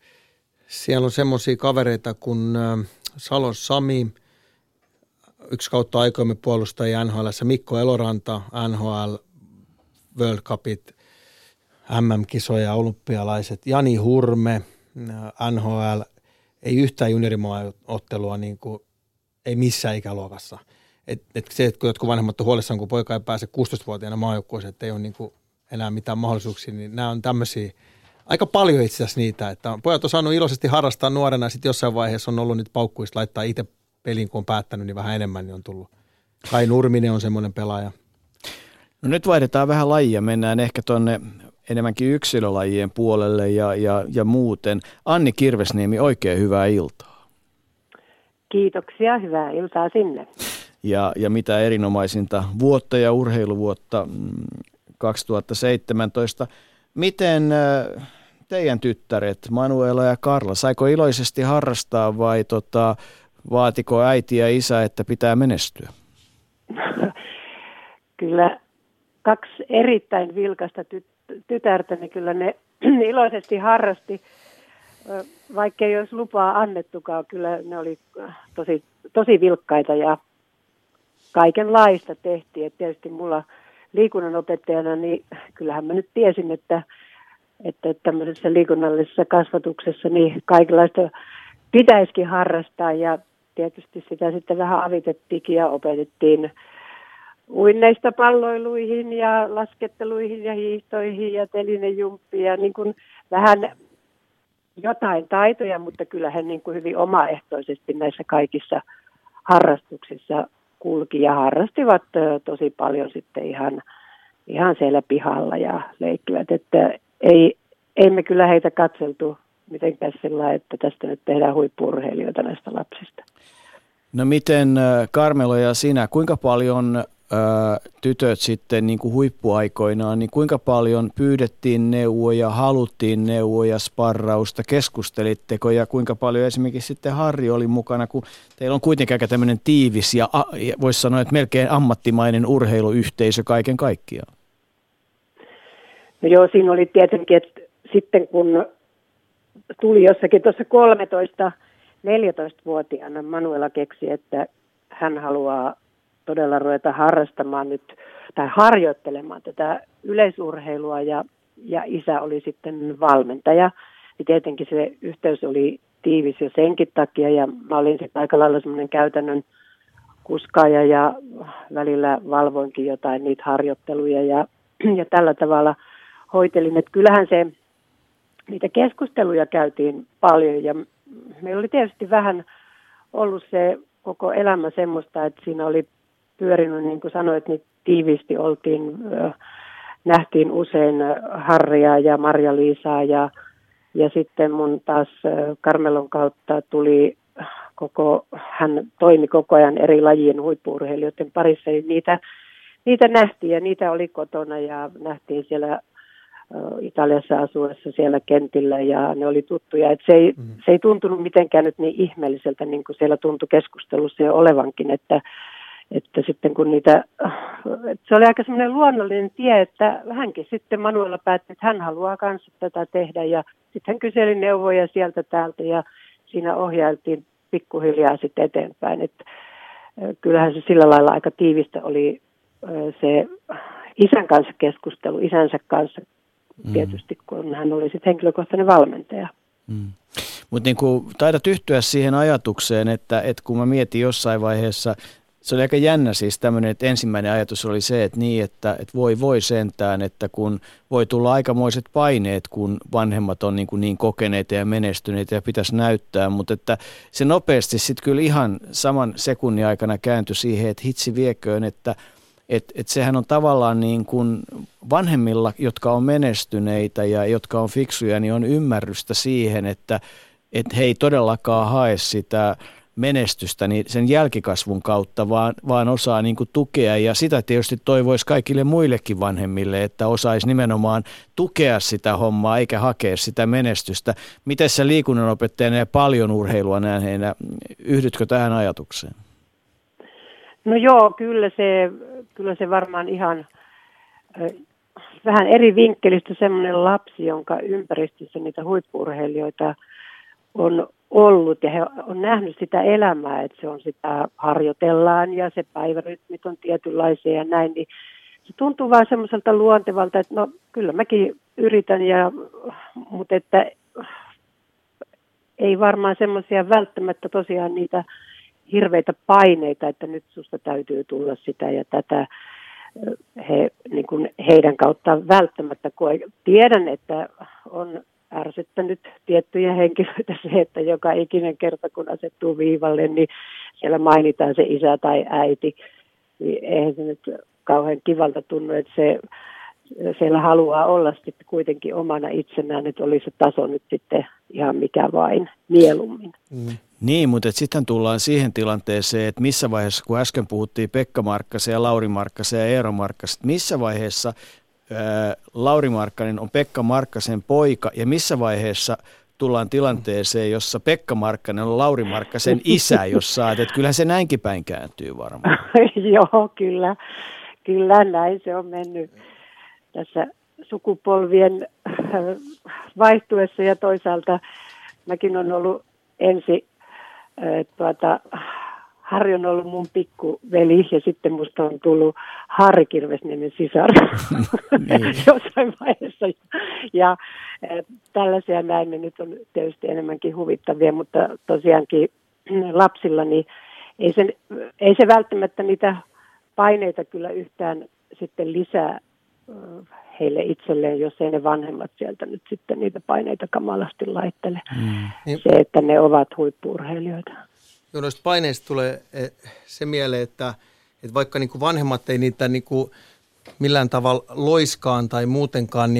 siellä on semmoisia kavereita kuin Salon Sami, yksi kautta aikoimme puolustajia N H L:ssä, Mikko Eloranta, N H L, World Cupit, M M-kisoja, olympialaiset, Jani Hurme, N H L, ei yhtään juniorimaaottelua, niin kuin, ei missään ikäluokassa. Että et se, että kun jotkut vanhemmat on huolissaan, kun poika ei pääse kuusitoistavuotiaana maajoukkueeseen, että ei ole niin kuin enää mitään mahdollisuuksia, niin nämä on tämmöisiä, aika paljon itse asiassa niitä, että pojat on saanut iloisesti harrastaa nuorena ja sitten jossain vaiheessa on ollut niitä paukkuista laittaa itse peliin, kun on päättänyt, niin vähän enemmän niin on tullut. Kai Nurminen on semmoinen pelaaja. No nyt vaihdetaan vähän lajia, mennään ehkä tuonne enemmänkin yksilölajien puolelle ja, ja, ja muuten. Anni Kirvesniemi, oikein hyvää iltaa. Kiitoksia, hyvää iltaa sinne. Ja, ja mitä erinomaisinta vuotta ja urheiluvuotta kaksituhattaseitsemäntoista. Miten teidän tyttäret Manuela ja Karla, saiko iloisesti harrastaa vai tota, vaatiko äiti ja isä, että pitää menestyä? Kyllä kaksi erittäin vilkasta tyt- tytärtä, niin kyllä ne iloisesti harrasti, vaikka ei olisi lupaa annettukaan. Kyllä ne oli tosi, tosi vilkkaita ja kaikenlaista tehtiin. Et tietysti mulla liikunnanopettajana, niin kyllähän mä nyt tiesin, että, että tämmöisessä liikunnallisessa kasvatuksessa niin kaikenlaista pitäisikin harrastaa. Ja tietysti sitä sitten vähän avitettiinkin ja opetettiin uinneista palloiluihin ja lasketteluihin ja hiihtoihin ja telinejumppiin ja niin kuin vähän jotain taitoja, mutta kyllähän niin kuin hyvin omaehtoisesti näissä kaikissa harrastuksissa kulki ja harrastivat tosi paljon sitten ihan, ihan siellä pihalla ja leikkivät, että ei, ei me kyllä heitä katseltu mitenkään sillä, että tästä nyt tehdään huippu-urheilijoita näistä lapsista. No miten Karmelo ja sinä, kuinka paljon ä, tytöt sitten niin kuin huippuaikoinaan, niin kuinka paljon pyydettiin neuvoja, haluttiin neuvoja, sparrausta, keskustelitteko ja kuinka paljon esimerkiksi sitten Harri oli mukana, kun teillä on kuitenkin aika tämmöinen tiivis ja, ja voisi sanoa, että melkein ammattimainen urheiluyhteisö kaiken kaikkiaan? No joo, siinä oli tietenkin, että sitten kun tuli jossakin tuossa kolmetoista neljätoistavuotiaana Manuela keksi, että hän haluaa todella ruveta harrastamaan nyt tai harjoittelemaan tätä yleisurheilua ja, ja isä oli sitten valmentaja. Niin tietenkin se yhteys oli tiivis jo senkin takia ja mä olin sitten aika lailla semmoinen käytännön kuskaaja ja välillä valvoinkin jotain niitä harjoitteluja ja, ja tällä tavalla hoitelin, että kyllähän se, niitä keskusteluja käytiin paljon ja meillä oli tietysti vähän ollut se koko elämä semmoista, että siinä oli pyörinyt, niin kuin sanoit, niin tiiviisti oltiin, nähtiin usein Harria ja Marja-Liisaa ja, ja sitten mun taas Karmelon kautta tuli koko, hän toimi koko ajan eri lajien huippu-urheilijoiden parissa, ja niitä, niitä nähtiin ja niitä oli kotona ja nähtiin siellä Italiassa asuessa siellä kentillä ja ne oli tuttuja. Et se, ei, mm. se ei tuntunut mitenkään nyt niin ihmeelliseltä, niin kuin siellä tuntui keskustelussa jo olevankin, että, että sitten kun niitä, että se oli aika semmoinen luonnollinen tie, että hänkin sitten Manuela päätti, että hän haluaa kanssa tätä tehdä ja sitten hän kyseli neuvoja sieltä täältä ja siinä ohjailtiin pikkuhiljaa sitten eteenpäin. Että kyllähän se sillä lailla aika tiivistä oli se isän kanssa keskustelu, isänsä kanssa. Tietysti, kun hän oli sitten henkilökohtainen valmentaja. Mm. Mutta niin taidat yhtyä siihen ajatukseen, että, että kun mä mietin jossain vaiheessa, se oli aika jännä siis tämmöinen, että ensimmäinen ajatus oli se, että niin, että, että voi voi sentään, että kun voi tulla aikamoiset paineet, kun vanhemmat on niin, kuin niin kokeneita ja menestyneitä ja pitäisi näyttää, mutta että se nopeasti sitten kyllä ihan saman sekunnin aikana kääntyi siihen, että hitsi vieköön, että Että et sehän on tavallaan niin kuin vanhemmilla, jotka on menestyneitä ja jotka on fiksuja, niin on ymmärrystä siihen, että et he ei todellakaan hae sitä menestystä niin sen jälkikasvun kautta, vaan, vaan osaa niin kuin tukea. Ja sitä tietysti toivoisi kaikille muillekin vanhemmille, että osaisi nimenomaan tukea sitä hommaa eikä hakea sitä menestystä. Miten sä liikunnanopettajana ja paljon urheilua nähneenä, yhdytkö tähän ajatukseen? No joo, kyllä se, kyllä se varmaan ihan äh, vähän eri vinkkelistä semmoinen lapsi, jonka ympäristössä niitä huippu-urheilijoita on ollut ja he on nähnyt sitä elämää, että se on sitä harjoitellaan ja se päivärytmit on tietynlaisia ja näin, niin se tuntuu vaan semmoiselta luontevalta, että no kyllä mäkin yritän, ja, mutta että ei varmaan semmoisia välttämättä tosiaan niitä hirveitä paineita, että nyt susta täytyy tulla sitä ja tätä he, niin kuin heidän kauttaan välttämättä koe. Tiedän, että on ärsyttänyt tiettyjä henkilöitä se, että joka ikinen kerta kun asettuu viivalle, niin siellä mainitaan se isä tai äiti. Niin eihän se nyt kauhean kivalta tunnu, että se siellä haluaa olla sitten kuitenkin omana itsenään, että oli se taso nyt sitten ihan mikä vain mieluummin. Mm. Niin, mutta sitten tullaan siihen tilanteeseen, että missä vaiheessa, kun äsken puhuttiin Pekka Markkasen ja Lauri Markkasen ja Eero Markkasen, missä vaiheessa ää, Lauri Markkanen on Pekka Markkasen poika ja missä vaiheessa tullaan tilanteeseen, jossa Pekka Markkanen on Lauri Markkasen isä, jos saat, että kyllähän se näinkin päin kääntyy varmaan. Joo, kyllä. Kyllä näin se on mennyt tässä sukupolvien vaihtuessa ja toisaalta mäkin on ollut ensi, tuota, Harri on ollut mun pikkuveli ja sitten musta on tullut Harri Kirvesniemen sisar jossain vaiheessa. Ja tällaisia näin ne nyt on tietysti enemmänkin huvittavia, mutta tosiaankin lapsilla niin ei se, ei se välttämättä niitä paineita kyllä yhtään sitten lisää heille itselleen, jos ei ne vanhemmat sieltä nyt sitten niitä paineita kamalasti laittele. Mm. Se, että ne ovat huippu-urheilijoita. Joo, noista paineista tulee se mieleen, että, että vaikka niin kuin vanhemmat ei niitä niin kuin millään tavalla loiskaan tai muutenkaan, niin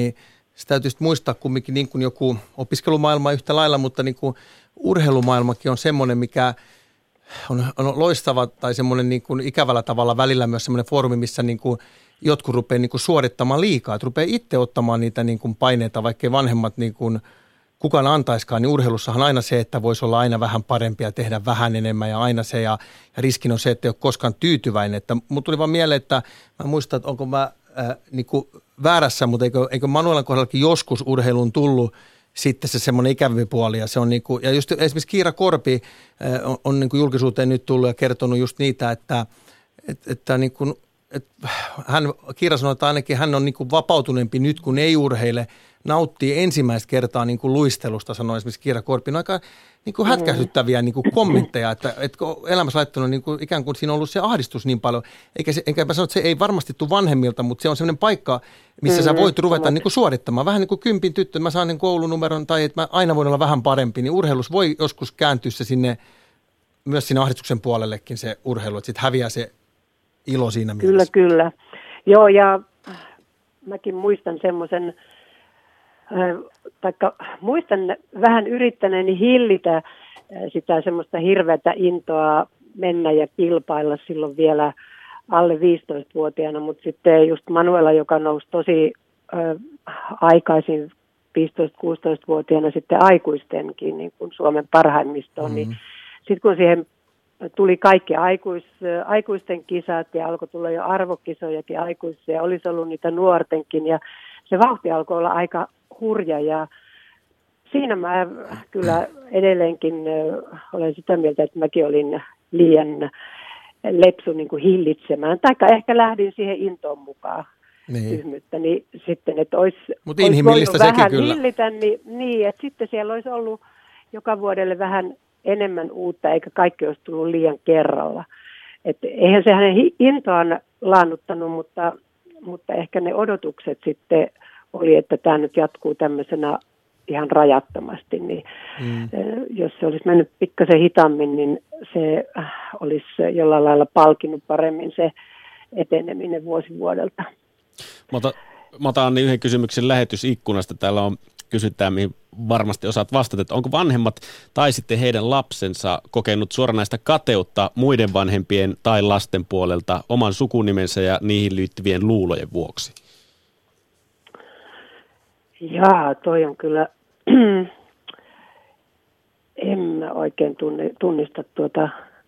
se täytyy muistaa kumminkin niin kuin joku opiskelumaailma yhtä lailla, mutta niin kuin urheilumaailmakin on semmoinen, mikä on, on loistava tai semmoinen niin kuin ikävällä tavalla välillä myös semmoinen foorumi, missä niin kuin jotkut rupeaa niin kuin suorittamaan liikaa, että rupeaa itse ottamaan niitä niin kuin paineita, vaikkei vanhemmat niin kuin kukaan antaiskaan, niin urheilussahan aina se, että voisi olla aina vähän parempia, tehdä vähän enemmän ja aina se, ja, ja riskin on se, että ei ole koskaan tyytyväinen. Että mut tuli vaan mieleen, että mä muistan, että onko mä äh, niin kuin väärässä, mutta eikö, eikö Manuelan kohdallakin joskus urheiluun tullut sitten se semmoinen ikävä puoli, ja se on niin kuin, ja just esimerkiksi Kiira Korpi äh, on, on niin kuin julkisuuteen nyt tullut ja kertonut just niitä, että, että, että niin kuin, että hän, Kiira sanoi, että ainakin hän on niin kuin vapautuneempi nyt, kun ei urheile, nauttii ensimmäistä kertaa niin kuin luistelusta, sanoi esimerkiksi Kiira Korpi. No aika niin kuin hätkähdyttäviä niin kuin kommentteja, että, että elämässä laittanut niin kuin, ikään kuin siinä on ollut se ahdistus niin paljon. Eikä, se, enkä mä sano, että se ei varmasti tule vanhemmilta, mutta se on sellainen paikka, missä mm-hmm. sä voit ruveta niin kuin suorittamaan. Vähän niin kuin kympin tyttö, mä saan niin koulunumeron tai että mä aina voin olla vähän parempi, niin urheilus voi joskus kääntyä se sinne, myös sinne ahdistuksen puolellekin se urheilu, että sitten häviää se ilo siinä mielessä. Kyllä, kyllä. Joo, ja mäkin muistan semmoisen, taikka muistan vähän yrittäneeni hillitä sitä semmoista hirveätä intoa mennä ja kilpailla silloin vielä alle viisitoistavuotiaana, mutta sitten just Manuela, joka nousi tosi ö, aikaisin viisitoista-kuusitoistavuotiaana sitten aikuistenkin niin kuin Suomen parhaimmistoon, mm-hmm. niin sitten kun siihen tuli kaikki aikuis, aikuisten kisat ja alkoi tulla jo arvokisojakin aikuisia, olisi ollut niitä nuortenkin ja se vauhti alkoi olla aika hurja ja siinä mä kyllä edelleenkin olen sitä mieltä, että mäkin olin liian lepsu niin kuin hillitsemään, taikka ehkä lähdin siihen intoon mukaan niin. Tyhmyyttä, niin sitten, että olisi, olisi voinut vähän kyllä. hillitä, niin, niin, että sitten siellä olisi ollut joka vuodelle vähän enemmän uutta, eikä kaikki olisi tullut liian kerralla. Että eihän se hänen intoaan laannuttanut, mutta, mutta ehkä ne odotukset sitten oli, että tämä nyt jatkuu tämmöisenä ihan rajattomasti, niin mm. jos se olisi mennyt pikkasen hitaammin, niin se olisi jollain lailla palkinut paremmin se eteneminen vuosi vuodelta. Mä otan, mä otan yhden kysymyksen lähetysikkunasta. Täällä on kysytään, mihin varmasti osaat vastata, että onko vanhemmat tai sitten heidän lapsensa kokenut suoranaista kateutta muiden vanhempien tai lasten puolelta oman sukunimensä ja niihin liittyvien luulojen vuoksi? Jaa, toi on kyllä, en mä oikein tunni, tunnista tuota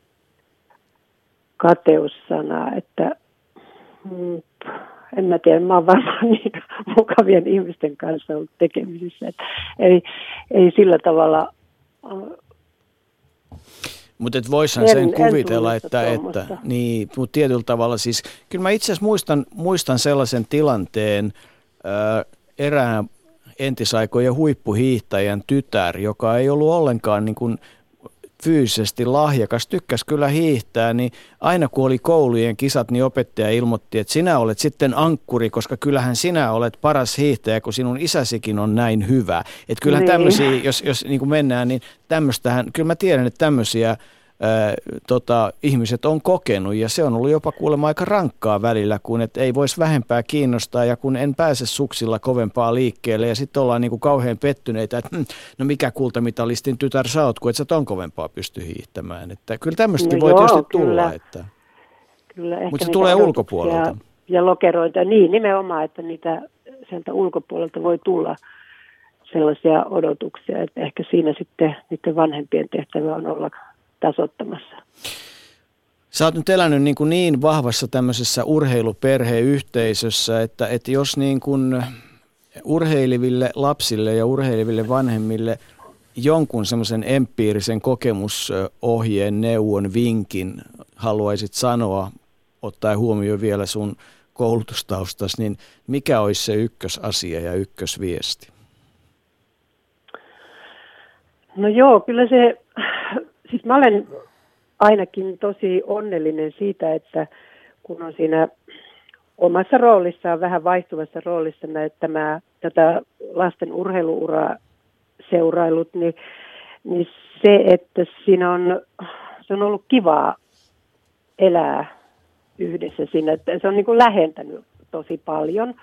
kateussanaa, että mm, en mä tiedä, mä oon varmaan niin mukavien ihmisten kanssa ollut tekemisissä, että ei, ei sillä tavalla. Mutta et voisihan sen kuvitella, että, että niin, mutta tietyllä tavalla siis, kyllä mä itse asiassa muistan, muistan sellaisen tilanteen, ää, erään entisaikojen huippuhiihtäjän tytär, joka ei ollut ollenkaan niin kuin fyysisesti lahjakas, tykkäsi kyllä hiihtää, niin aina kun oli koulujen kisat, niin opettaja ilmoitti, että sinä olet sitten ankkuri, koska kyllähän sinä olet paras hiihtäjä, kun sinun isäsikin on näin hyvä. Että kyllähän niin. tämmöisiä, jos, jos niin kuin mennään, niin tämmöistähän, kyllä mä tiedän, että tämmöisiä ää, tota, ihmiset on kokenut, ja se on ollut jopa kuulemma aika rankkaa välillä, kun et ei voisi vähempää kiinnostaa, ja kun en pääse suksilla kovempaa liikkeelle, ja sitten ollaan niin kuin kauhean pettyneitä, että hm, no mikä kultamitalistin tytär sä oot, kun et sä ton kovempaa pysty hiihtämään. Että kyllä tämmöistä no voi joo, tietysti kyllä. tulla, että, mutta se tulee ulkopuolelta. Ja, ja lokeroita, niin nimenomaan, että niitä sieltä ulkopuolelta voi tulla sellaisia odotuksia, että ehkä siinä sitten niiden vanhempien tehtävä on olla tasoittamassa. Sä oot nyt elänyt niin, kuin niin vahvassa tämmöisessä urheiluperheyhteisössä, että, että jos niin kuin urheiliville lapsille ja urheiliville vanhemmille jonkun semmoisen empiirisen kokemusohjeen, neuvon, vinkin haluaisit sanoa, ottaen huomioon vielä sun koulutustaustas, niin mikä olisi se ykkösasia ja ykkösviesti? No joo, kyllä se, siis mä olen ainakin tosi onnellinen siitä, että kun on siinä omassa roolissaan, vähän vaihtuvassa roolissa tämä, tätä lasten urheiluuraa seurailut, niin, niin se, että siinä on, se on ollut kivaa elää yhdessä siinä, että se on niin kuin lähentänyt tosi paljon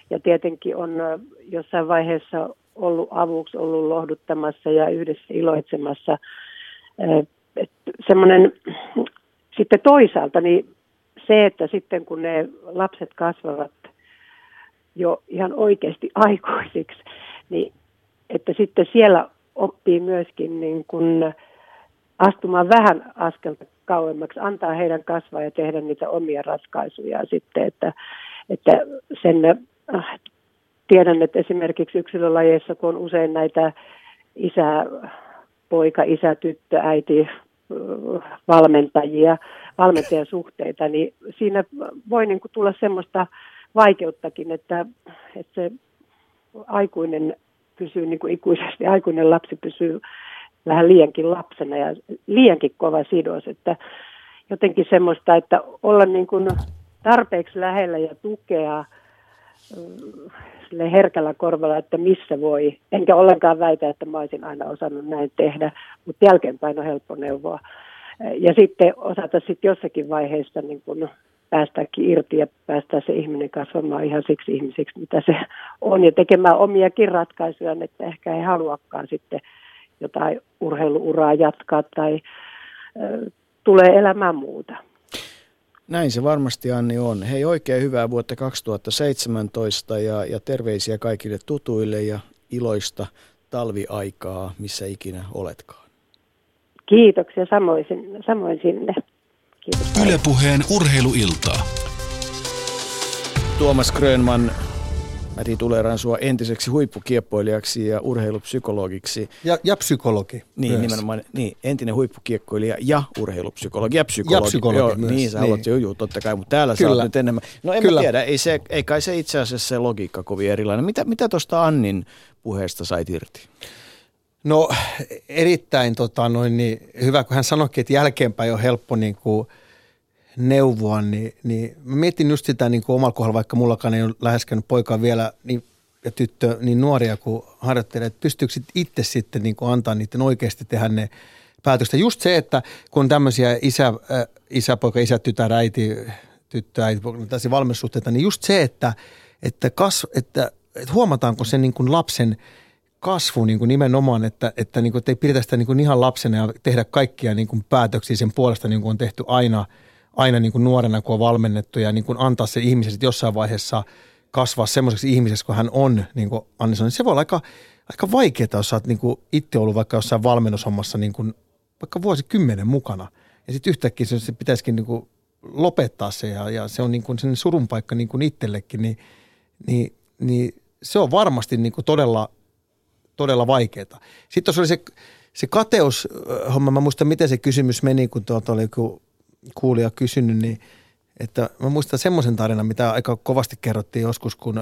ja tietenkin on jossain vaiheessa ollut avuksi, ollut lohduttamassa ja yhdessä iloitsemassa. Semmoinen sitten toisaalta niin se, että sitten kun ne lapset kasvavat jo ihan oikeasti aikuisiksi, niin että sitten siellä oppii myöskin niin kuin astumaan vähän askelta kauemmaksi, antaa heidän kasvaa ja tehdä niitä omia ratkaisuja sitten, että, että sen äh, tiedän, että esimerkiksi yksilölajeissa, kun on usein näitä isä, poika, isä, tyttö, äiti, valmentajia, valmentajasuhteita, niin siinä voi niin kuin tulla semmoista vaikeuttakin, että, että se aikuinen pysyy niin kuin ikuisesti, aikuinen lapsi pysyy vähän liiankin lapsena ja liiankin kova sidos, että jotenkin semmoista, että olla niin kuin tarpeeksi lähellä ja tukea sille herkällä korvalla, että missä voi. Enkä ollenkaan väitä, että mä olisin aina osannut näin tehdä, mutta jälkeenpäin on helppo neuvoa. Ja sitten osata sitten jossakin vaiheessa niin kun päästäkin irti ja päästää se ihminen kasvamaan ihan siksi ihmisiksi, mitä se on. Ja tekemään omiakin ratkaisuja, että ehkä ei haluakaan sitten jotain urheiluuraa jatkaa tai ö, tulee elämään muuta. Näin se varmasti, Anni, on. Hei, oikein hyvää vuotta kaksituhattaseitsemäntoista ja, ja terveisiä kaikille tutuille ja iloista talviaikaa, missä ikinä oletkaan. Kiitoksia samoin, samoin sinne. Kiitos. Yle Puheen urheiluiltaa. Tuomas Grönman, mä tituleeraan sua entiseksi huippukieppoilijaksi ja urheilupsykologiksi. Ja, ja psykologi. Niin, myös. Nimenomaan. Niin, entinen huippukiekkoilija ja urheilupsykologi ja psykologi. Ja psykologi Joo, myös. Niin, sä niin. haluat jo juu, totta kai, mutta täällä Kyllä. sä oot nyt enemmän. No en Kyllä. mä tiedä, ei, se, ei kai se itse asiassa se logiikka kovin erilainen. Mitä, mitä tuosta Annin puheesta sait irti? No erittäin tota, noin, niin, hyvä, kun hän sanoikin, että jälkeenpäin on helppo niin kuin neuvoa, niin, niin mä mietin just sitä niin kuin omalla kohdalla, vaikka mullakaan ei ole läheskään poikaa vielä niin, ja tyttö niin nuoria kuin harjoittelee, että pystyykö itse sitten niin kuin antaa niiden oikeasti tehdä ne päätökset. Just se, että kun on tämmöisiä isä, äh, isäpoika, isä, tytär, äiti, tyttö, äiti, tällaisia valmennussuhteita, niin just se, että, että, kas, että, että huomataanko sen niin kuin lapsen kasvu niin kuin nimenomaan, että, että, niin kuin, että ei pidetä sitä niin kuin ihan lapsena ja tehdä kaikkia niin kuin päätöksiä sen puolesta, niin kuin on tehty aina, aina niin kuin nuorena, kun on valmennettu ja niin kuin antaa se ihmisen sitten jossain vaiheessa kasvaa semmoiseksi ihmiseksi, kun hän on, niin kuin Anni sanoi. Se voi olla aika, aika vaikeaa, jos sä oot niin kuin itse ollut vaikka jossain valmennushommassa niin kuin vaikka vuosikymmenen mukana. Ja sitten yhtäkkiä se pitäisikin niin kuin lopettaa se ja, ja se on niin kuin sen surun paikka niin kuin itsellekin, niin, niin, niin se on varmasti niin kuin todella todella vaikeaa. Sitten tuossa oli se, se kateushomma, mä muistan miten se kysymys meni, kun tuolta oli joku kuulija kysynyt, niin että mä muistan semmoisen tarinan, mitä aika kovasti kerrottiin joskus, kun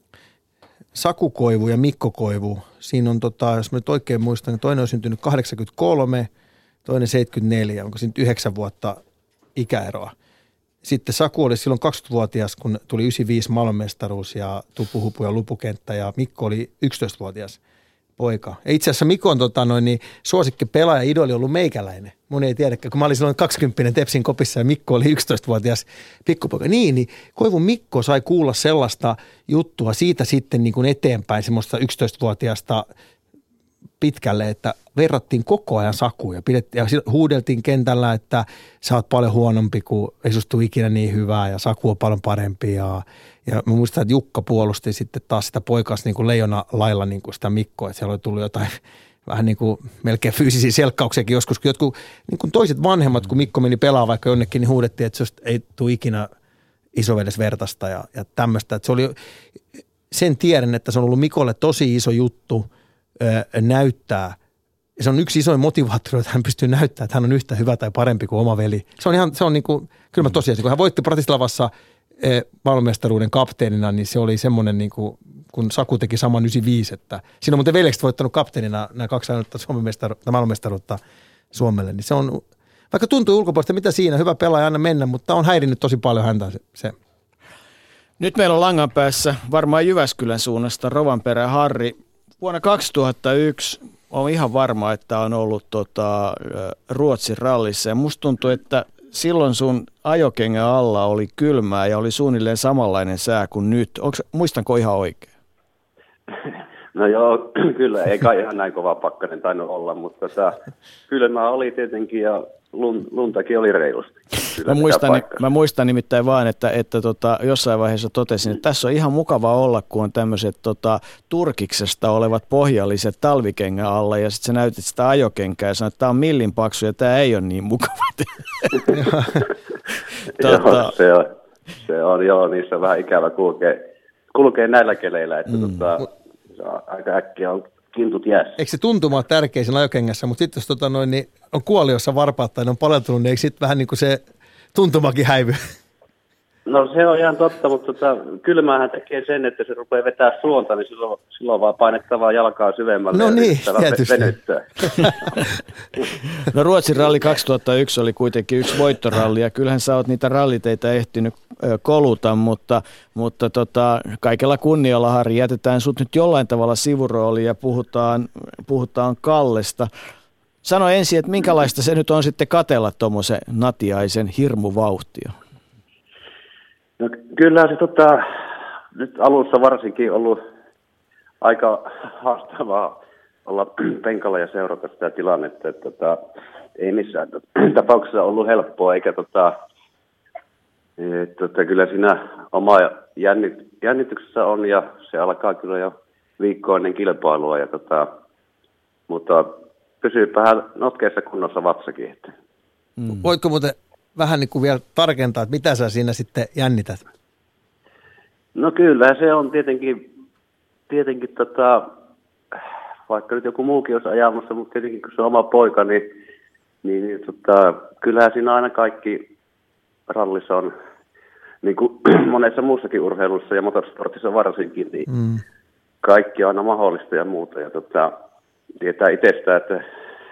Saku Koivu ja Mikko Koivu, siinä on tota, jos mä nyt oikein muistan, niin toinen on syntynyt kahdeksankymmentäkolme, toinen seitsemänkymmentäneljä, onko siinä yhdeksän vuotta ikäeroa. Sitten Saku oli silloin kaksikymmentävuotias, kun tuli yhdeksänkymmentäviisi maailmanmestaruus ja tupuhupu ja lupukenttä ja Mikko oli yksitoistavuotias poika. Ja itse asiassa Mikon tota, noin, niin suosikki pelaaja idoli ollut meikäläinen. Mun ei tiedäkään, kun mä olin silloin kaksikymppinen Tepsin kopissa ja Mikko oli yksitoistavuotias pikkupoika. Niin, niin Koivun Mikko sai kuulla sellaista juttua siitä sitten niin kuin eteenpäin, semmoista yksitoistavuotiaasta pitkälle, että verrattiin koko ajan Sakuun ja, pidettiin, ja huudeltiin kentällä, että sä oot paljon huonompi, kun ei sustu ikinä niin hyvää ja Saku on paljon parempi. Ja, ja mä muistan, että Jukka puolusti sitten taas sitä poikas niin kuin leijona lailla niin kuin sitä Mikkoa, että siellä oli tullut jotain vähän niin kuin melkein fyysisiä selkkauksiakin joskus, kun jotkut niin kuin toiset vanhemmat, kun Mikko meni pelaamaan vaikka jonnekin, niin huudettiin, että se ei tule ikinä isovedes vertaista ja, ja tämmöistä. Että se oli, sen tiedän, että se on ollut Mikolle tosi iso juttu ö, näyttää. Ja se on yksi isoin motivaattori, että hän pystyy näyttämään, että hän on yhtä hyvä tai parempi kuin oma veli. Se on ihan, se on niin kuin, kyllä mä tosiaan, kun hän voitti Bratislavassa maailmanmestaruuden kapteenina, niin se oli semmoinen, niin kuin, kun Saku teki saman yhdeksänkymmentäviisi, että siinä on muuten veljekset voittanut kapteenina nämä kaksi ainutta maailmanmestaruutta Suomelle, niin se on, vaikka tuntuu ulkopuolesta, mitä siinä, hyvä pelaaja aina mennä, mutta on häirinnyt tosi paljon häntä se. se. Nyt meillä on langan päässä varmaan Jyväskylän suunnasta Rovanperä Harri. Vuonna kaksituhattayksi on ihan varma, että on ollut tota, Ruotsin rallissa ja musta tuntuu, että silloin sun ajokengän alla oli kylmää ja oli suunnilleen samanlainen sää kuin nyt. Onks, muistanko ihan oikein? No joo, kyllä, ei kai ihan näin kova pakkanen tainnut olla, mutta tota, kylmää oli tietenkin ja lun, luntakin oli reilusti. Mä muistan, mä muistan nimittäin vaan, että, että tota, jossain vaiheessa totesin, että tässä on ihan mukava olla, kun on tämmöiset tota, turkiksesta olevat pohjalliset talvikengän alla ja sitten sä näytit sitä ajokenkää ja sanoit, että tämä on millin paksu ja tämä ei ole niin mukava. tota, joo, se on, se on joo, niissä on vähän ikävä kulkee, kulkee näillä keleillä, että mm. tota, aika äkkiä on kintut jäässä. Eikö se tuntuma ole tärkeä siinä ajokengässä, mutta sitten jos tota noin, niin on kuoliossa varpaat tai ne on paleltunut, niin eikö sitten vähän niin kuin se tuntumakin häivy? No se on ihan totta, mutta tota, kylmähän tekee sen, että se rupeaa vetää suonta, niin silloin, silloin vaan painettavaa jalkaa syvemmälle. No niin, tietysti. No Ruotsin ralli kaksituhattayksi oli kuitenkin yksi voittoralli ja kyllähän sä oot niitä ralliteitä ehtinyt koluta, mutta, mutta tota, kaikella kunnialla, Harri, jätetään sut nyt jollain tavalla sivurooliin ja puhutaan, puhutaan Kallesta. Sano ensin, että minkälaista se nyt on sitten katella tuommoisen Natiaisen hirmuvauhtia? No kyllä se tota, nyt alussa varsinkin ollut aika haastavaa olla penkalla ja seurata sitä tilannetta, että tota, ei missään tapauksessa ollut helppoa, eikä tota, et, tota, kyllä siinä oma jännit, jännityksessä on ja se alkaa kyllä jo viikkoa ennen kilpailua, ja tota, mutta pysyypähän notkeessa kunnossa vatsakin. Että. Mm. Voitko muuten vähän niin kuin vielä tarkentaa, että mitä sä siinä sitten jännität? No kyllä, se on tietenkin, tietenkin tota, vaikka nyt joku muukin olisi ajamassa, mutta tietenkin kun se on oma poika, niin, niin, niin tota, kyllähän siinä aina kaikki rallissa on, niin kuin monessa muussakin urheilussa ja motorsportissa varsinkin, niin mm. kaikki on aina mahdollista ja muuta. Ja tota, tietää itsestään, että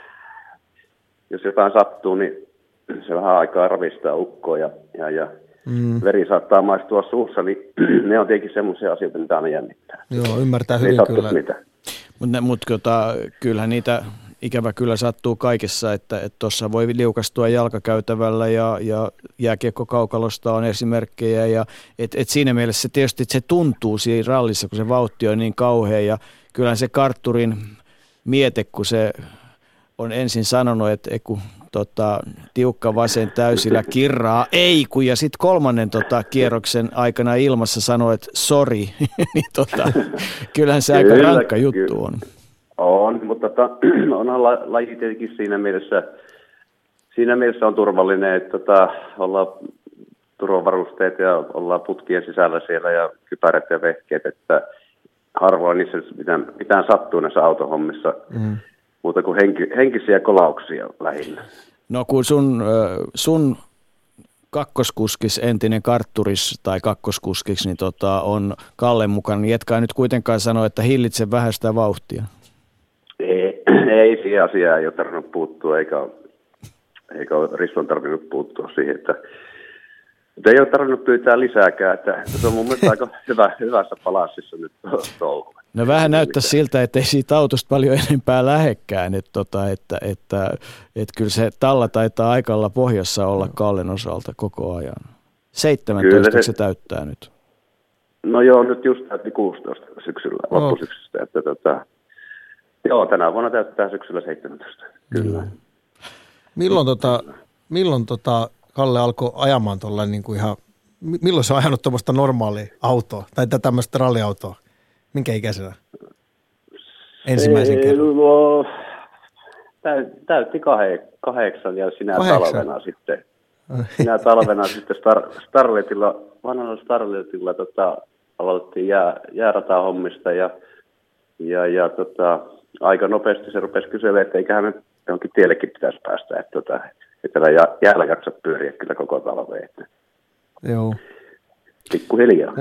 jos jotain sattuu, niin se vähän aikaa ravistaa ukkoa ja, ja, ja mm. veri saattaa maistua suussa, niin ne on tietenkin semmoisia asioita, mitä aina jännittää. Joo, ymmärtää hyvin ei kyllä. Mutta mut, tota, kyllähän niitä ikävä kyllä sattuu kaikessa, että tuossa voi liukastua jalkakäytävällä ja, ja jääkiekkokaukalosta on esimerkkejä. Ja, et, et siinä mielessä se tietysti että se tuntuu siinä rallissa, kun se vauhti on niin kauhea. Ja kyllähän se kartturin miete, kun se on ensin sanonut, että kun tota, tiukka vasen täysillä kirraa, ei kun, ja sitten kolmannen tota, kierroksen aikana ilmassa sanoi, että sori, niin tota, kyllähän se aika kyllä, rankka juttu kyllä. on. On, mutta tota, onhan la, laji tietenkin siinä mielessä, siinä mielessä on turvallinen, että tota, ollaan turvavarusteet ja ollaan putkien sisällä siellä ja kypärät ja vehkeet, että harvoin niissä mitään, mitään sattuu näissä autohommissa. Mm. Muuta kuin henki, henkisiä kolauksia lähinnä. No kun sun, sun kakkoskuskis, entinen kartturis tai kakkoskuskiksi, niin tota, on Kalle mukana, niin etkä nyt kuitenkaan sano, että hillitse vähän sitä vauhtia. Ei, ei siihen asiaan ei ole tarvinnut puuttua, eikä ole, eikä ole Riston tarvinnut puuttua siihen, että, että ei ole tarvinnut pyytää lisääkään, että se on mun mielestä aika hyvä, hyvässä palassissa nyt touhu. No vähän näyttää siltä, että ei siitä autosta paljon enempää lähekkään, että, tota, että, että, että kyllä se talla taitaa aikalla pohjassa olla Kallen osalta koko ajan. seitsemäntoista se, se täyttää nyt. No joo, nyt just täytti kuusitoista syksyllä, no. loppusyksystä, että tota, joo, tänä vuonna täyttää syksyllä seitsemäntoista, kyllä. Mm. Milloin, tota, milloin tota Kalle alkoi ajamaan tuolla niin kuin ihan, milloin se on ajanut tuommoista normaalia autoa tai tämmöistä ralliautoa? Minkä ikäisenä? Ensimmäisen Ei, kerran. No, täytti kahe, kahdeksan ja sinä kahdeksan. talvena sitten. Sinä talvena sitten Star, Starletilla, vanhalla Starletilla tota, aloitettiin jää, jääratahommista ja, ja, ja tota, aika nopeasti se rupesi kyselemään, että eiköhän me johonkin tiellekin pitäisi päästä, että, tota, että jäällä jaksa pyöriä kyllä koko talveen. Joo. Pikkuhiljaa.